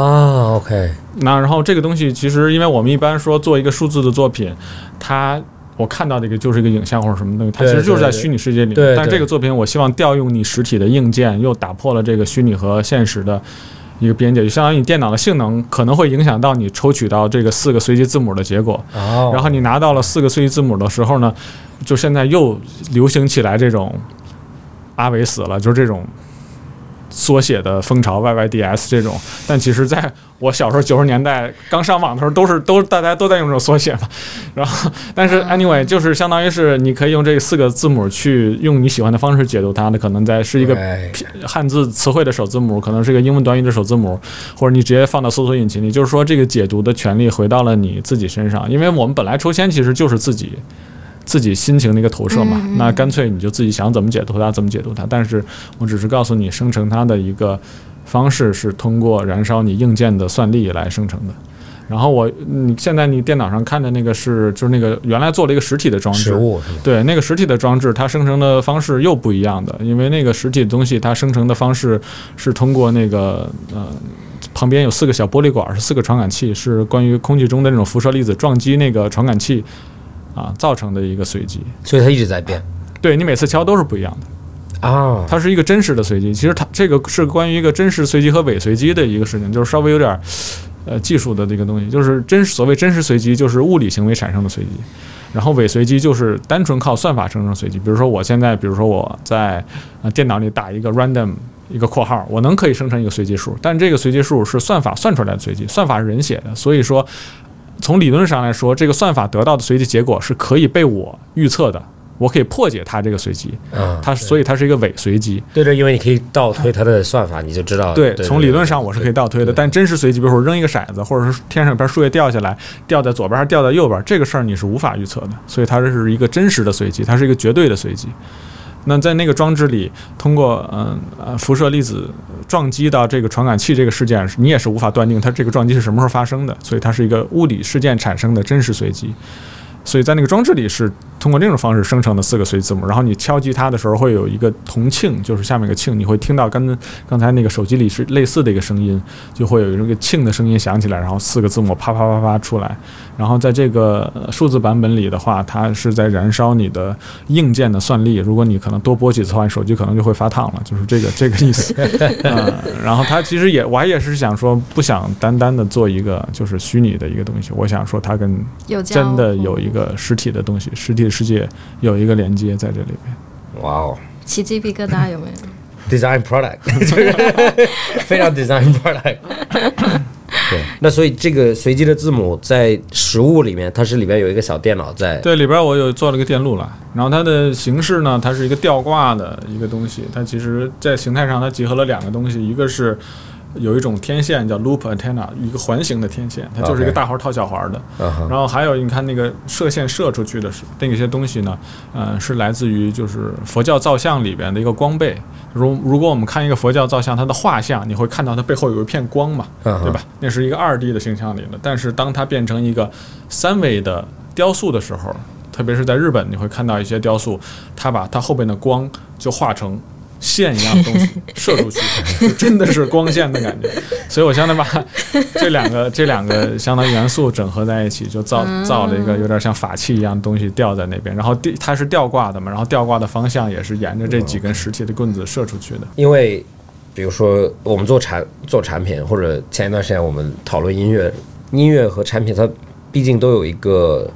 C: OK。
B: 那然后这个东西其实，因为我们一般说做一个数字的作品，我看到的一个就是一个影像或者什么东西，它其实就是在虚拟世界里面。
C: 对，
B: 但这个作品我希望调用你实体的硬件，又打破了这个虚拟和现实的一个边界，就相当于你电脑的性能可能会影响到你抽取到这个4个随机字母的结果。然后你拿到了4个随机字母的时候呢，就现在又流行起来这种阿维死了，就是这种缩写的风潮 YYDS 这种，但其实在我小时候90年代刚上网的时候，都大家都在用这种缩写嘛。然后，但是 anyway 就是相当于是你可以用这4个字母去用你喜欢的方式解读它的，可能是一个汉字词汇的首字母，可能是一个英文短语的首字母，或者你直接放到搜索引擎里，就是说这个解读的权利回到了你自己身上，因为我们本来抽签其实就是自己心情的一个投射嘛，那干脆你就自己想怎么解读它怎么解读它，但是我只是告诉你生成它的一个方式是通过燃烧你硬件的算力来生成的。然后你现在你电脑上看的那个就是那个原来做了一个实体的装置，对，那个实体的装置它生成的方式又不一样的，因为那个实体的东西它生成的方式是通过那个旁边有4个小玻璃管，是4个传感器，是关于空气中的那种辐射粒子撞击那个传感器造成的一个随机，
C: 所以它一直在变。
B: 对，你每次敲都是不一样的它是一个真实的随机。其实它这个是关于一个真实随机和伪随机的一个事情，就是稍微有点技术的这个东西。就是所谓真实随机就是物理行为产生的随机，然后伪随机就是单纯靠算法生成随机。比如说我在电脑里打一个 random 一个括号，我可以生成一个随机数，但这个随机数是算法算出来的随机，算法是人写的，所以说从理论上来说，这个算法得到的随机结果是可以被我预测的，我可以破解它这个随机，所以它是一个伪随机。
C: 对，因为你可以倒推它的算法，你就知道。
B: 对，从理论上我是可以倒推的，但真实随机，比如说我扔一个骰子，或者是天上有片树叶掉下来，掉在左边还是掉在右边，这个事儿你是无法预测的，所以它是一个真实的随机，它是一个绝对的随机。那在那个装置里，通过辐射粒子撞击到这个传感器这个事件，你也是无法断定它这个撞击是什么时候发生的，所以它是一个物理事件产生的真实随机。所以在那个装置里是通过这种方式生成的4个随机字母，然后你敲击它的时候会有一个同磬，就是下面一个磬，你会听到跟刚才那个手机里是类似的一个声音，就会有一个磬的声音响起来，然后4个字母啪啪啪啪出来。然后在这个数字版本里的话，它是在燃烧你的硬件的算力，如果你可能多拨几次的话，你手机可能就会发烫了，就是这个意思。然后它其实我也是想说，不想单单的做一个就是虚拟的一个东西，我想说它跟真的有一个实体的东西，实体的世界有一个连接在这里边。
C: 哇哦，
D: 起鸡皮疙瘩有没有
C: ？Design product， 非常 design product。对，那所以这个随机的字母在实物里面，它是里边有一个小电脑在。
B: 对，里边我有做了个电路了，然后它的形式呢，它是一个吊挂的一个东西，它其实在形态上它结合了2个东西，一个是有一种天线叫 loop antenna， 一个环形的天线，它就是一个大环套小环的。然后还有你看那个射线射出去的那些东西呢，是来自于就是佛教造像里边的一个光背。如果我们看一个佛教造像，它的画像，你会看到它背后有一片光嘛，对吧？那是一个2D 的形象里的。但是当它变成一个3维的雕塑的时候，特别是在日本，你会看到一些雕塑，它把它后边的光就画成线一样的东西射出去，就真的是光线的感觉。所以我相当于把这两个相当于元素整合在一起，就造了一个有点像法器一样的东西吊在那边。然后它是吊挂的嘛，然后吊挂的方向也是沿着这几根实体的棍子射出去的。
C: 因为比如说我们做产品，或者前一段时间我们讨论音乐和产品，它毕竟都有一个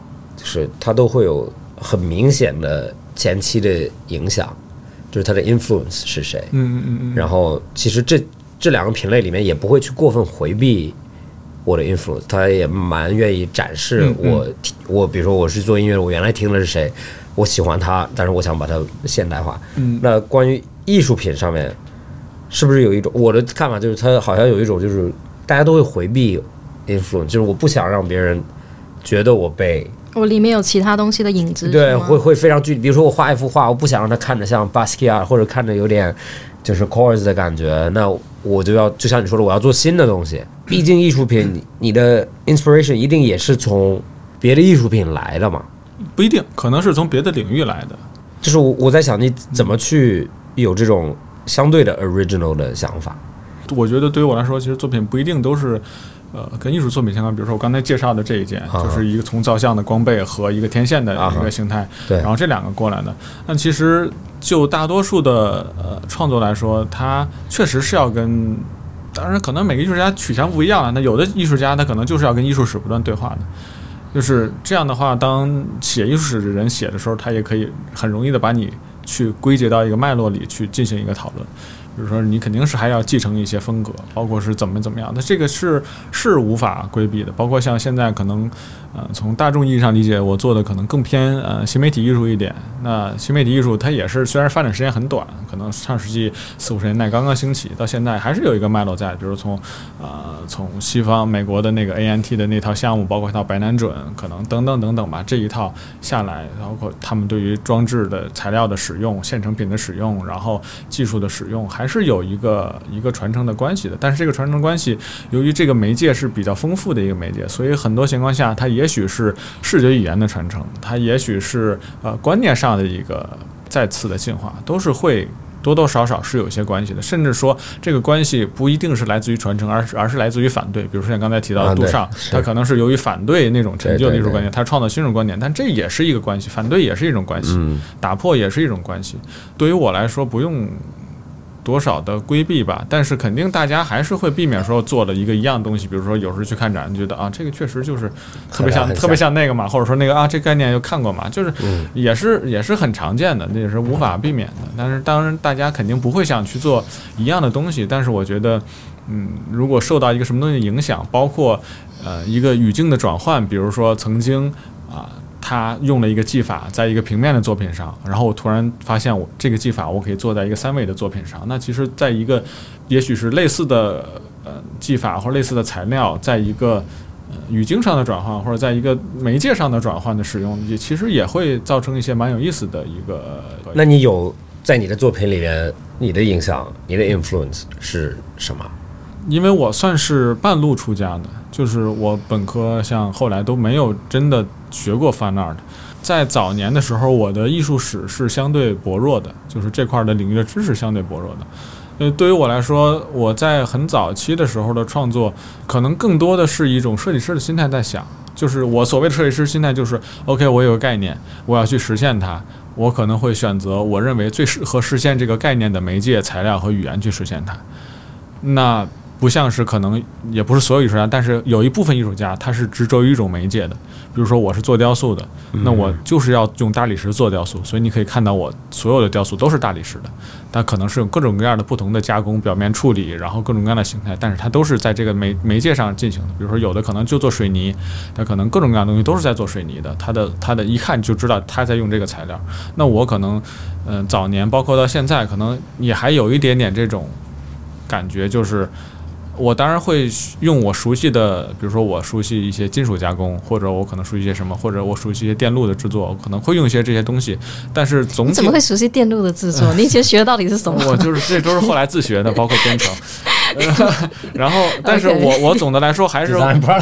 C: 就是它都会有很明显的前期的影响，就是它的 influence 是谁。然后其实这两个品类里面也不会去过分回避我的 influence， 他也蛮愿意展示我比如说我是做音乐，我原来听的是谁，我喜欢他，但是我想把它现代化。那关于艺术品上面，是不是有一种我的看法就是它好像有一种就是大家都会回避 influence， 就是我不想让别人觉得我
D: 里面有其他东西的影子，
C: 对，会非常具体。比如说我画一幅画，我不想让它看着像 Basquiat 或者看着有点就是 Corrs 的感觉，那我就像你说的，我要做新的东西。毕竟艺术品，你的 inspiration 一定也是从别的艺术品来的嘛？
B: 不一定，可能是从别的领域来的。
C: 就是我在想，你怎么去有这种相对的 original 的想法？
B: 我觉得对于我来说，其实作品不一定都是跟艺术作品相关。比如说我刚才介绍的这一件，就是一个从照相的光背和一个天线的一个形态，
C: 对，
B: 然后这两个过来的。那其实就大多数的创作来说，它确实是要跟，当然可能每个艺术家取向不一样了。那有的艺术家他可能就是要跟艺术史不断对话的。就是这样的话，当写艺术史的人写的时候，他也可以很容易的把你去归结到一个脉络里去进行一个讨论。比如说你肯定是还要继承一些风格，包括是怎么样，那这个是无法规避的。包括像现在可能从大众意义上理解，我做的可能更偏新媒体艺术一点。那新媒体艺术它也是虽然发展时间很短，可能上世纪40-50年代刚刚兴起，到现在还是有一个脉络在。比如从西方美国的那个 ANT 的那套项目，包括一套白南准，可能等等吧，这一套下来，包括他们对于装置的材料的使用、现成品的使用，然后技术的使用，还是有一个传承的关系的。但是这个传承关系，由于这个媒介是比较丰富的一个媒介，所以很多情况下它也许是视觉语言的传承，它也许是观念上的一个再次的进化，都是会多多少少是有一些关系的。甚至说这个关系不一定是来自于传承，而是来自于反对。比如说像刚才提到的杜尚，他可能是由于反对那种陈旧的艺术观念，他创造新种观点，但这也是一个关系，反对也是一种关系，打破也是一种关系。对于我来说不用多少的规避吧，但是肯定大家还是会避免说做了一个一样的东西。比如说有时候去看展，觉得这个确实就是特别像那个嘛，或者说那个这概念又看过嘛，就是也是很常见的，那也是无法避免的。但是当然大家肯定不会想去做一样的东西，但是我觉得如果受到一个什么东西的影响，包括一个语境的转换，比如说曾经他用了一个技法在一个平面的作品上，然后我突然发现我这个技法我可以做在一个3维的作品上。那其实在一个也许是类似的技法或者类似的材料，在一个语境上的转换，或者在一个媒介上的转换的使用，其实也会造成一些蛮有意思的一个。
C: 那你有在你的作品里面，你的影响，你的 influence 是什么？
B: 因为我算是半路出家的，就是我本科像后来都没有真的学过 fine art。在早年的时候，我的艺术史是相对薄弱的，就是这块的领域的知识相对薄弱的。对于我来说，我在很早期的时候的创作，可能更多的是一种设计师的心态在想，就是我所谓的设计师心态就是 OK， 我有个概念，我要去实现它，我可能会选择我认为最适合实现这个概念的媒介、材料和语言去实现它。那不像是可能也不是所有艺术家，但是有一部分艺术家他是执着于一种媒介的。比如说我是做雕塑的，那我就是要用大理石做雕塑，所以你可以看到我所有的雕塑都是大理石的，但可能是有各种各样的不同的加工、表面处理，然后各种各样的形态，但是它都是在这个媒介上进行的。比如说有的可能就做水泥，它可能各种各样的东西都是在做水泥的，它的一看就知道它在用这个材料。那我可能早年包括到现在，可能也还有一点点这种感觉，就是我当然会用我熟悉的，比如说我熟悉一些金属加工，或者我可能熟悉一些什么，或者我熟悉一些电路的制作，我可能会用一些这些东西。但是总体
D: 你怎么会熟悉电路的制作？你以前学的到底是什么？
B: 我就是这都是后来自学的，包括编程。然后，但是我总的来说还是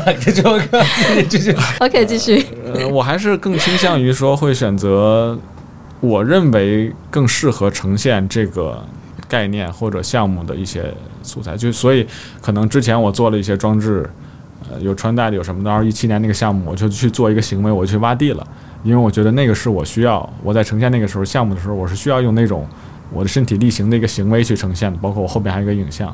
D: OK 继续。
B: 我还是更倾向于说会选择我认为更适合呈现这个概念或者项目的一些素材，就所以可能之前我做了一些装置，有穿戴的有什么的。2017年那个项目，我就去做一个行为，我去挖地了，因为我觉得那个是我需要，我在呈现那个时候项目的时候，我是需要用那种我的身体力行的一个行为去呈现的，包括我后边还有一个影像。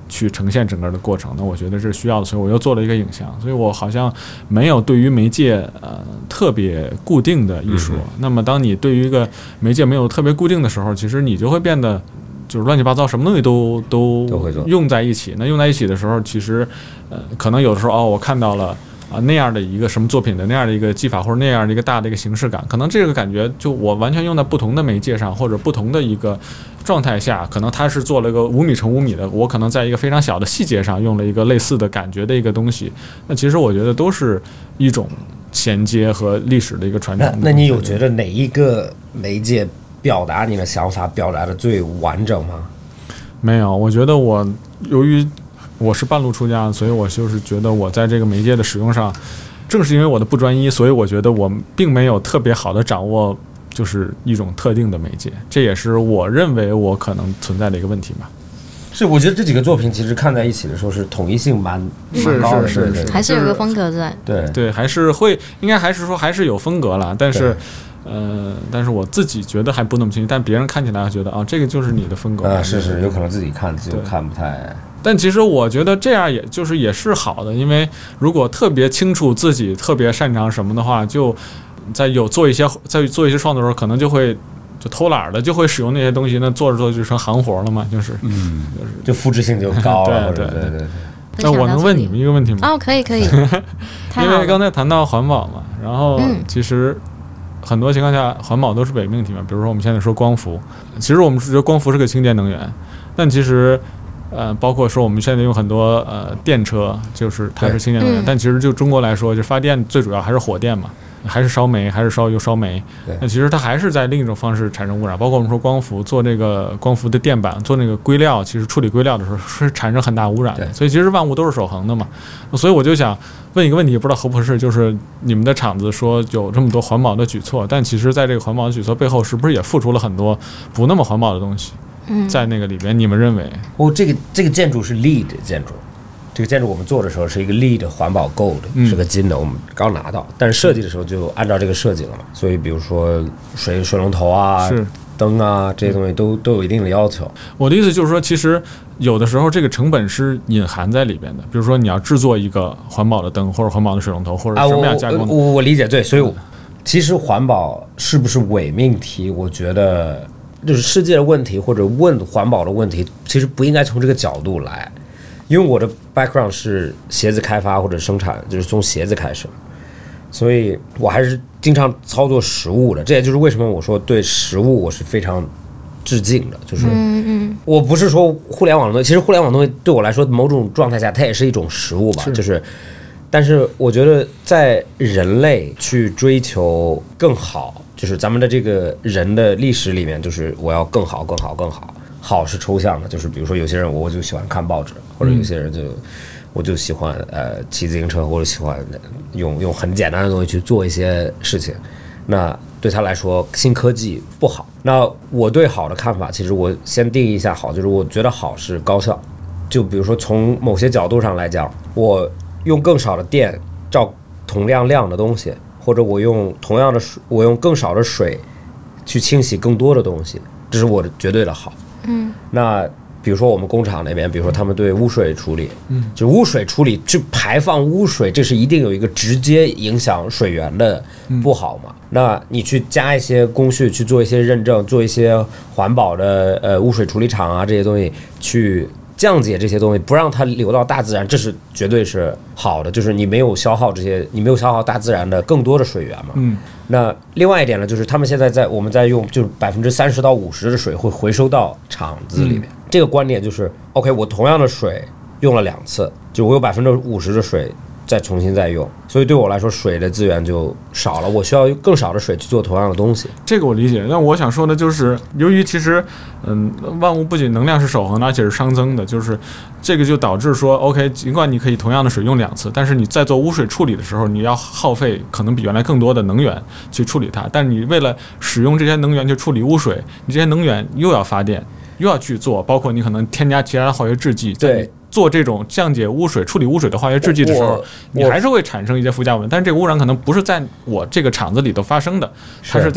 B: 去呈现整个的过程，那我觉得是需要的，所以我又做了一个影像，所以我好像没有对于媒介特别固定的艺术。那么当你对于一个媒介没有特别固定的时候，其实你就会变得就是乱七八糟，什么东西都用在一起。那用在一起的时候，其实可能有的时候我看到了那样的一个什么作品的那样的一个技法，或者那样的一个大的一个形式感，可能这个感觉就我完全用在不同的媒介上，或者不同的一个状态下，可能它是做了个5米乘5米的，我可能在一个非常小的细节上用了一个类似的感觉的一个东西。那其实我觉得都是一种衔接和历史的一个传承。
C: 那你有觉得哪一个媒介表达你的想法表达的最完整吗？
B: 没有，我觉得由于我是半路出家，所以我就是觉得我在这个媒介的使用上，正是因为我的不专一，所以我觉得我并没有特别好的掌握就是一种特定的媒介，这也是我认为我可能存在的一个问题吧。
C: 是，我觉得这几个作品其实看在一起的时候是统一性蛮高的，
B: 是
D: 还是有个风格在。
C: 对，
B: 还是会应该还是说还是有风格了，但是我自己觉得还不那么清晰，但别人看起来觉得这个就是你的风格
C: 是有可能自己看就看不太。
B: 但其实我觉得这样也是好的，因为如果特别清楚自己特别擅长什么的话，就在做一些创作的时候，可能就偷懒的，就会使用那些东西，那做着就成行活了嘛，
C: 就复制性就高了。对。
B: 那我能问你们一个问题吗？
D: 可以。
B: 因为刚才谈到环保嘛，然后其实很多情况下环保都是伪命题嘛，比如说我们现在说光伏，其实我们觉得光伏是个清洁能源，但其实包括说我们现在用很多电车，就是它是清洁能源，但其实就中国来说，就发电最主要还是火电嘛，还是烧煤，还是烧油烧煤。那其实它还是在另一种方式产生污染。包括我们说光伏，做这个光伏的电板，做那个硅料，其实处理硅料的时候是产生很大污染的。所以其实万物都是守恒的嘛。所以我就想问一个问题，不知道合不合适，就是你们的厂子说有这么多环保的举措，但其实在这个环保的举措背后，是不是也付出了很多不那么环保的东西？在那个里边，你们认为？
C: 这个建筑是 LEED 建筑，这个建筑我们做的时候是一个 LEED 环保 Gold，是个金的，我们刚拿到，但是设计的时候就按照这个设计了嘛。所以比如说水龙头啊、灯啊这些东西都有一定的要求。
B: 我的意思就是说，其实有的时候这个成本是隐含在里边的，比如说你要制作一个环保的灯，或者环保的水龙头，或者什么样加工的。
C: 我理解，对，所以其实环保是不是伪命题？我觉得。就是世界的问题或者问环保的问题，其实不应该从这个角度来，因为我的 background 是鞋子开发或者生产，就是从鞋子开始，所以我还是经常操作实物的。这也就是为什么我说对实物我是非常致敬的，就是我不是说互联网的东西，其实互联网的东西对我来说，某种状态下它也是一种实物吧，就是。但是我觉得在人类去追求更好，就是咱们的这个人的历史里面，就是我要更好更好更好，好是抽象的，就是比如说有些人我就喜欢看报纸，或者有些人我就喜欢骑自行车，或者喜欢用很简单的东西去做一些事情，那对他来说新科技不好。那我对好的看法，其实我先定义一下好，就是我觉得好是高效，就比如说从某些角度上来讲，我用更少的电照同样量的东西，或者我用更少的水去清洗更多的东西，这是我的绝对的好。那比如说我们工厂那边，比如说他们对污水处理，就污水处理去排放污水，这是一定有一个直接影响水源的不好嘛。那你去加一些工序，去做一些认证，做一些环保的污水处理厂啊这些东西，去降解这些东西，不让它流到大自然，这是绝对是好的，就是你没有消耗大自然的更多的水源嘛。那另外一点呢，就是他们现在我们在用，就是30%到50%的水会回收到厂子里面。这个观点就是 ，OK， 我同样的水用了2次，就我有50%的水再重新再用，所以对我来说水的资源就少了，我需要更少的水去做同样的东西。
B: 这个我理解，但我想说的就是，由于其实万物不仅能量是守恒的，而且是熵增的，就是这个就导致说 OK， 尽管你可以同样的水用2次，但是你在做污水处理的时候，你要耗费可能比原来更多的能源去处理它，但你为了使用这些能源去处理污水，你这些能源又要发电，又要去做，包括你可能添加其他的化学制剂，
C: 对。
B: 做这种降解污水、处理污水的化学制剂的时候，你还是会产生一些附加污染，但是这个污染可能不是在我这个厂子里头发生的，它是在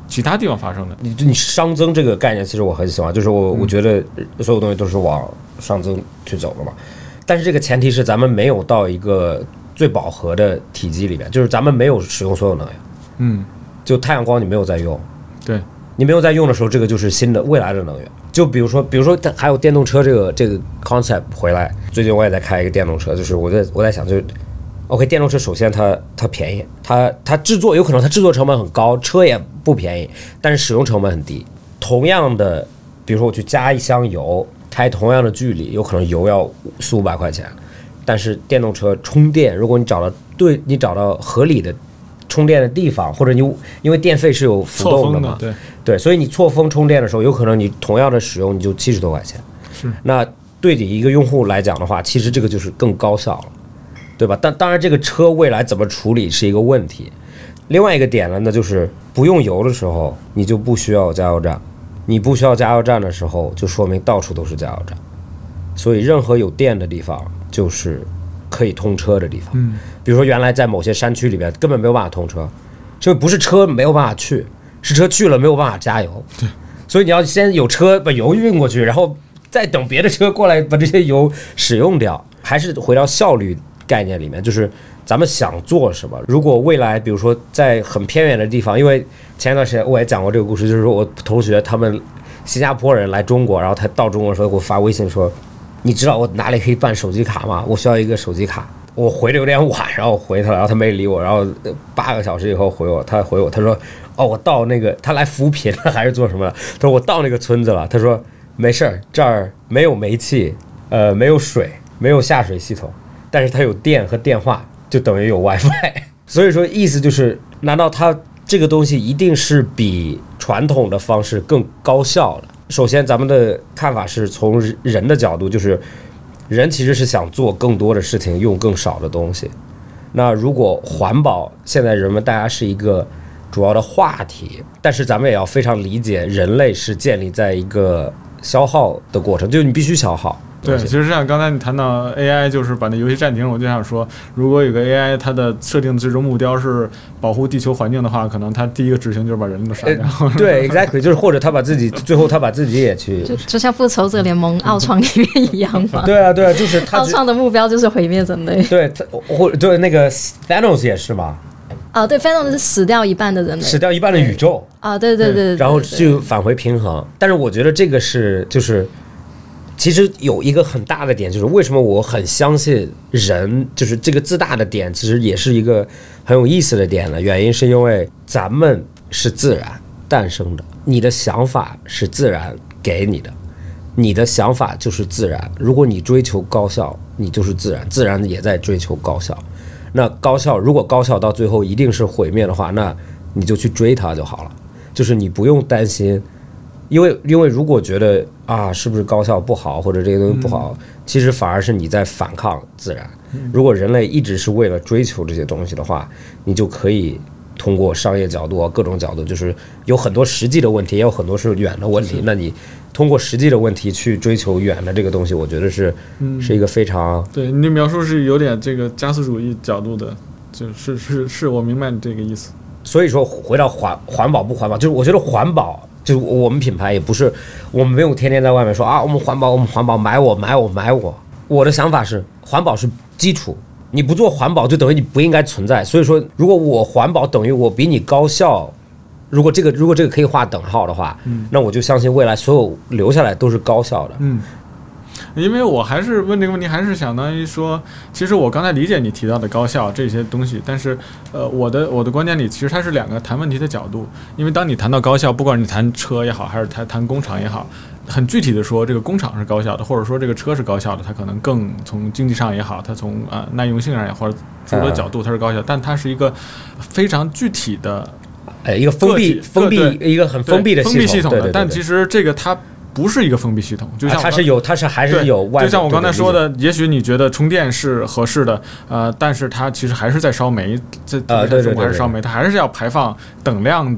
B: 其他地方发生的。
C: 你熵增这个概念，其实我很喜欢，就是我觉得所有东西都是往熵增去走的嘛。但是这个前提是咱们没有到一个最饱和的体积里面，就是咱们没有使用所有能源。就太阳光你没有在用，
B: 对，
C: 你没有在用的时候，这个就是新的未来的能源。就比如说还有电动车这个 concept 回来，最近我也在开一个电动车，就是我在想，就是 OK， 电动车首先它便宜，它制作有可能它制作成本很高，车也不便宜，但是使用成本很低。同样的，比如说我去加一箱油，开同样的距离，有可能油要400-500块钱，但是电动车充电，如果你找到合理的充电的地方，或者因为电费是有浮动的嘛，对，所以你错峰充电的时候，有可能你同样的使用你就70多块钱。
B: 是，
C: 那对你一个用户来讲的话，其实这个就是更高效了，对吧？但当然，这个车未来怎么处理是一个问题。另外一个点呢，那就是不用油的时候，你就不需要加油站。你不需要加油站的时候，就说明到处都是加油站。所以，任何有电的地方就是可以通车的地方。比如说原来在某些山区里边根本没有办法通车，就不是车没有办法去，是车去了没有办法加油。
B: 对，
C: 所以你要先有车把油运过去，然后再等别的车过来把这些油使用掉。还是回到效率概念里面，就是咱们想做什么。如果未来比如说在很偏远的地方，因为前一段时间我也讲过这个故事，就是说我同学他们新加坡人来中国，然后他到中国的时候给我发微信说，你知道我哪里可以办手机卡吗？我需要一个手机卡。我回的有点晚，然后我回他，然后他没理我，然后8个小时以后他回我，他说我到那个，他来扶贫了还是做什么了？他说我到那个村子了，他说没事儿，这儿没有煤气，没有水，没有下水系统，但是它有电和电话，就等于有 WiFi。所以说意思就是，难道它这个东西一定是比传统的方式更高效的？首先咱们的看法是从人的角度，就是人其实是想做更多的事情，用更少的东西。那如果环保现在人们大家是一个主要的话题，但是咱们也要非常理解人类是建立在一个消耗的过程，就是你必须消耗。
B: 对，其实像刚才你谈到 AI 就是把那游戏暂停了，我就想说，如果有个 AI 它的设定的最终目标是保护地球环境的话，可能它第一个执行就是把人都杀掉。
C: 对 exactly， 就是或者最后他把自己也去
D: 就像复仇者联盟奥创里面一样嘛。
C: 对啊，就是他
D: 奥创的目标就是毁灭人类。
C: 对，对那个 Thanos 也是嘛。
D: 对 ，Thanos 是死掉一半的人类，
C: 死掉一半的宇宙。
D: 对，
C: 然后就返回平衡。但是我觉得这个就是其实有一个很大的点，就是为什么我很相信人，就是这个自大的点，其实也是一个很有意思的点的原因，是因为咱们是自然诞生的，你的想法是自然给你的，你的想法就是自然。如果你追求高效，你就是自然，自然也在追求高效。那高效，如果高效到最后一定是毁灭的话，那你就去追它就好了，就是你不用担心。因为如果觉得是不是高效不好，或者这个东西不好，其实反而是你在反抗自然。如果人类一直是为了追求这些东西的话，你就可以通过商业角度各种角度，就是有很多实际的问题，也有很多是远的问题。那你通过实际的问题去追求远的这个东西，我觉得是一个非常
B: 对你的描述是有点这个加速主义角度的，就是我明白你这个意思。
C: 所以说回到环保不环保，就是我觉得环保。就我们品牌也不是，我们没有天天在外面说我们环保，买我。我的想法是，环保是基础，你不做环保就等于你不应该存在。所以说，如果我环保等于我比你高效，如果这个可以划等号的话，那我就相信未来所有留下来都是高效的。
B: 因为我还是问这个问题，还是相当于说，其实我刚才理解你提到的高效这些东西，但是我的观点里，其实它是两个谈问题的角度。因为当你谈到高效，不管你谈车也好，还是谈工厂也好，很具体的说，这个工厂是高效的，或者说这个车是高效的，它可能更从经济上也好，它从耐用性上也好，或者诸多角度它是高效，但它是一个非常具体的
C: 一个封闭一个很封闭的系统
B: 的。但其实这个它不是一个封闭系统，就像
C: 它还是有外，
B: 就像我刚才说的，也许你觉得充电是合适的，但是它其实还是在烧煤，在中国还是烧煤，它还是要排放等量的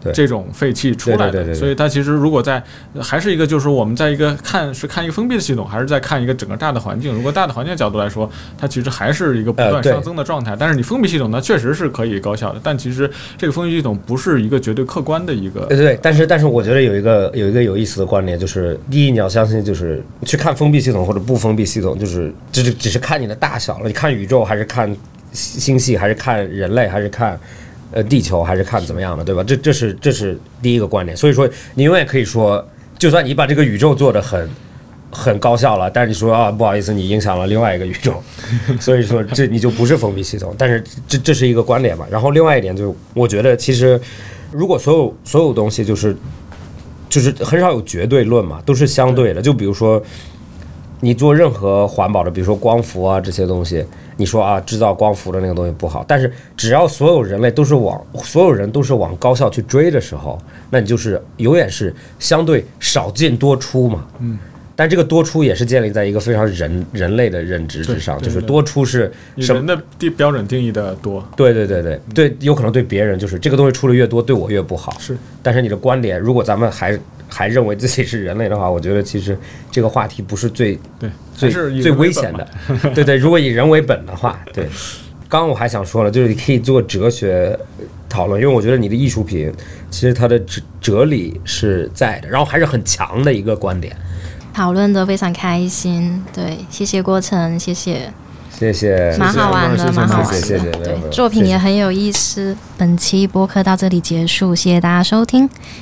B: 这种废气出来的。所以它其实如果还是一个就是我们在看一个封闭的系统，还是在看一个整个大的环境。如果大的环境角度来说，它其实还是一个不断上增的状态。但是你封闭系统呢，确实是可以高效的，但其实这个封闭系统不是一个绝对客观的一个。
C: 对，但是我觉得有一个有意思的观点，就是第一你要相信，就是去看封闭系统或者不封闭系统，就是只是看你的大小了。你看宇宙还是看星系，还是看人类，还是看地球，还是看怎么样的，对吧？这是第一个观点。所以说你永远可以说，就算你把这个宇宙做得很高效了，但是你说啊不好意思，你影响了另外一个宇宙，所以说你就不是封闭系统。但是这是一个观点嘛。然后另外一点就是，我觉得其实如果所有东西就是很少有绝对论嘛，都是相对的。就比如说你做任何环保的，比如说光伏啊这些东西，你说啊制造光伏的那个东西不好，但是只要所有人都是往高效去追的时候，那你就是永远是相对少进多出嘛。但这个多出也是建立在一个非常人类的认知之上，就是多出是
B: 人的标准定义的多。
C: 对，有可能对别人就是这个东西出的越多，对我越不好。
B: 是，
C: 但是你的观点，如果咱们还认为自己是人类的话，我觉得其实这个话题不是最危险的。对，如果以人为本的话，对。刚刚我还想说了，就是你可以做哲学讨论，因为我觉得你的艺术品其实它的哲理是在的，然后还是很强的一个观点。
D: 讨论得非常开心，对，谢谢郭成，谢谢，蛮好玩的，对，作品也很有意思。本期播客到这里结束，谢谢大家收听。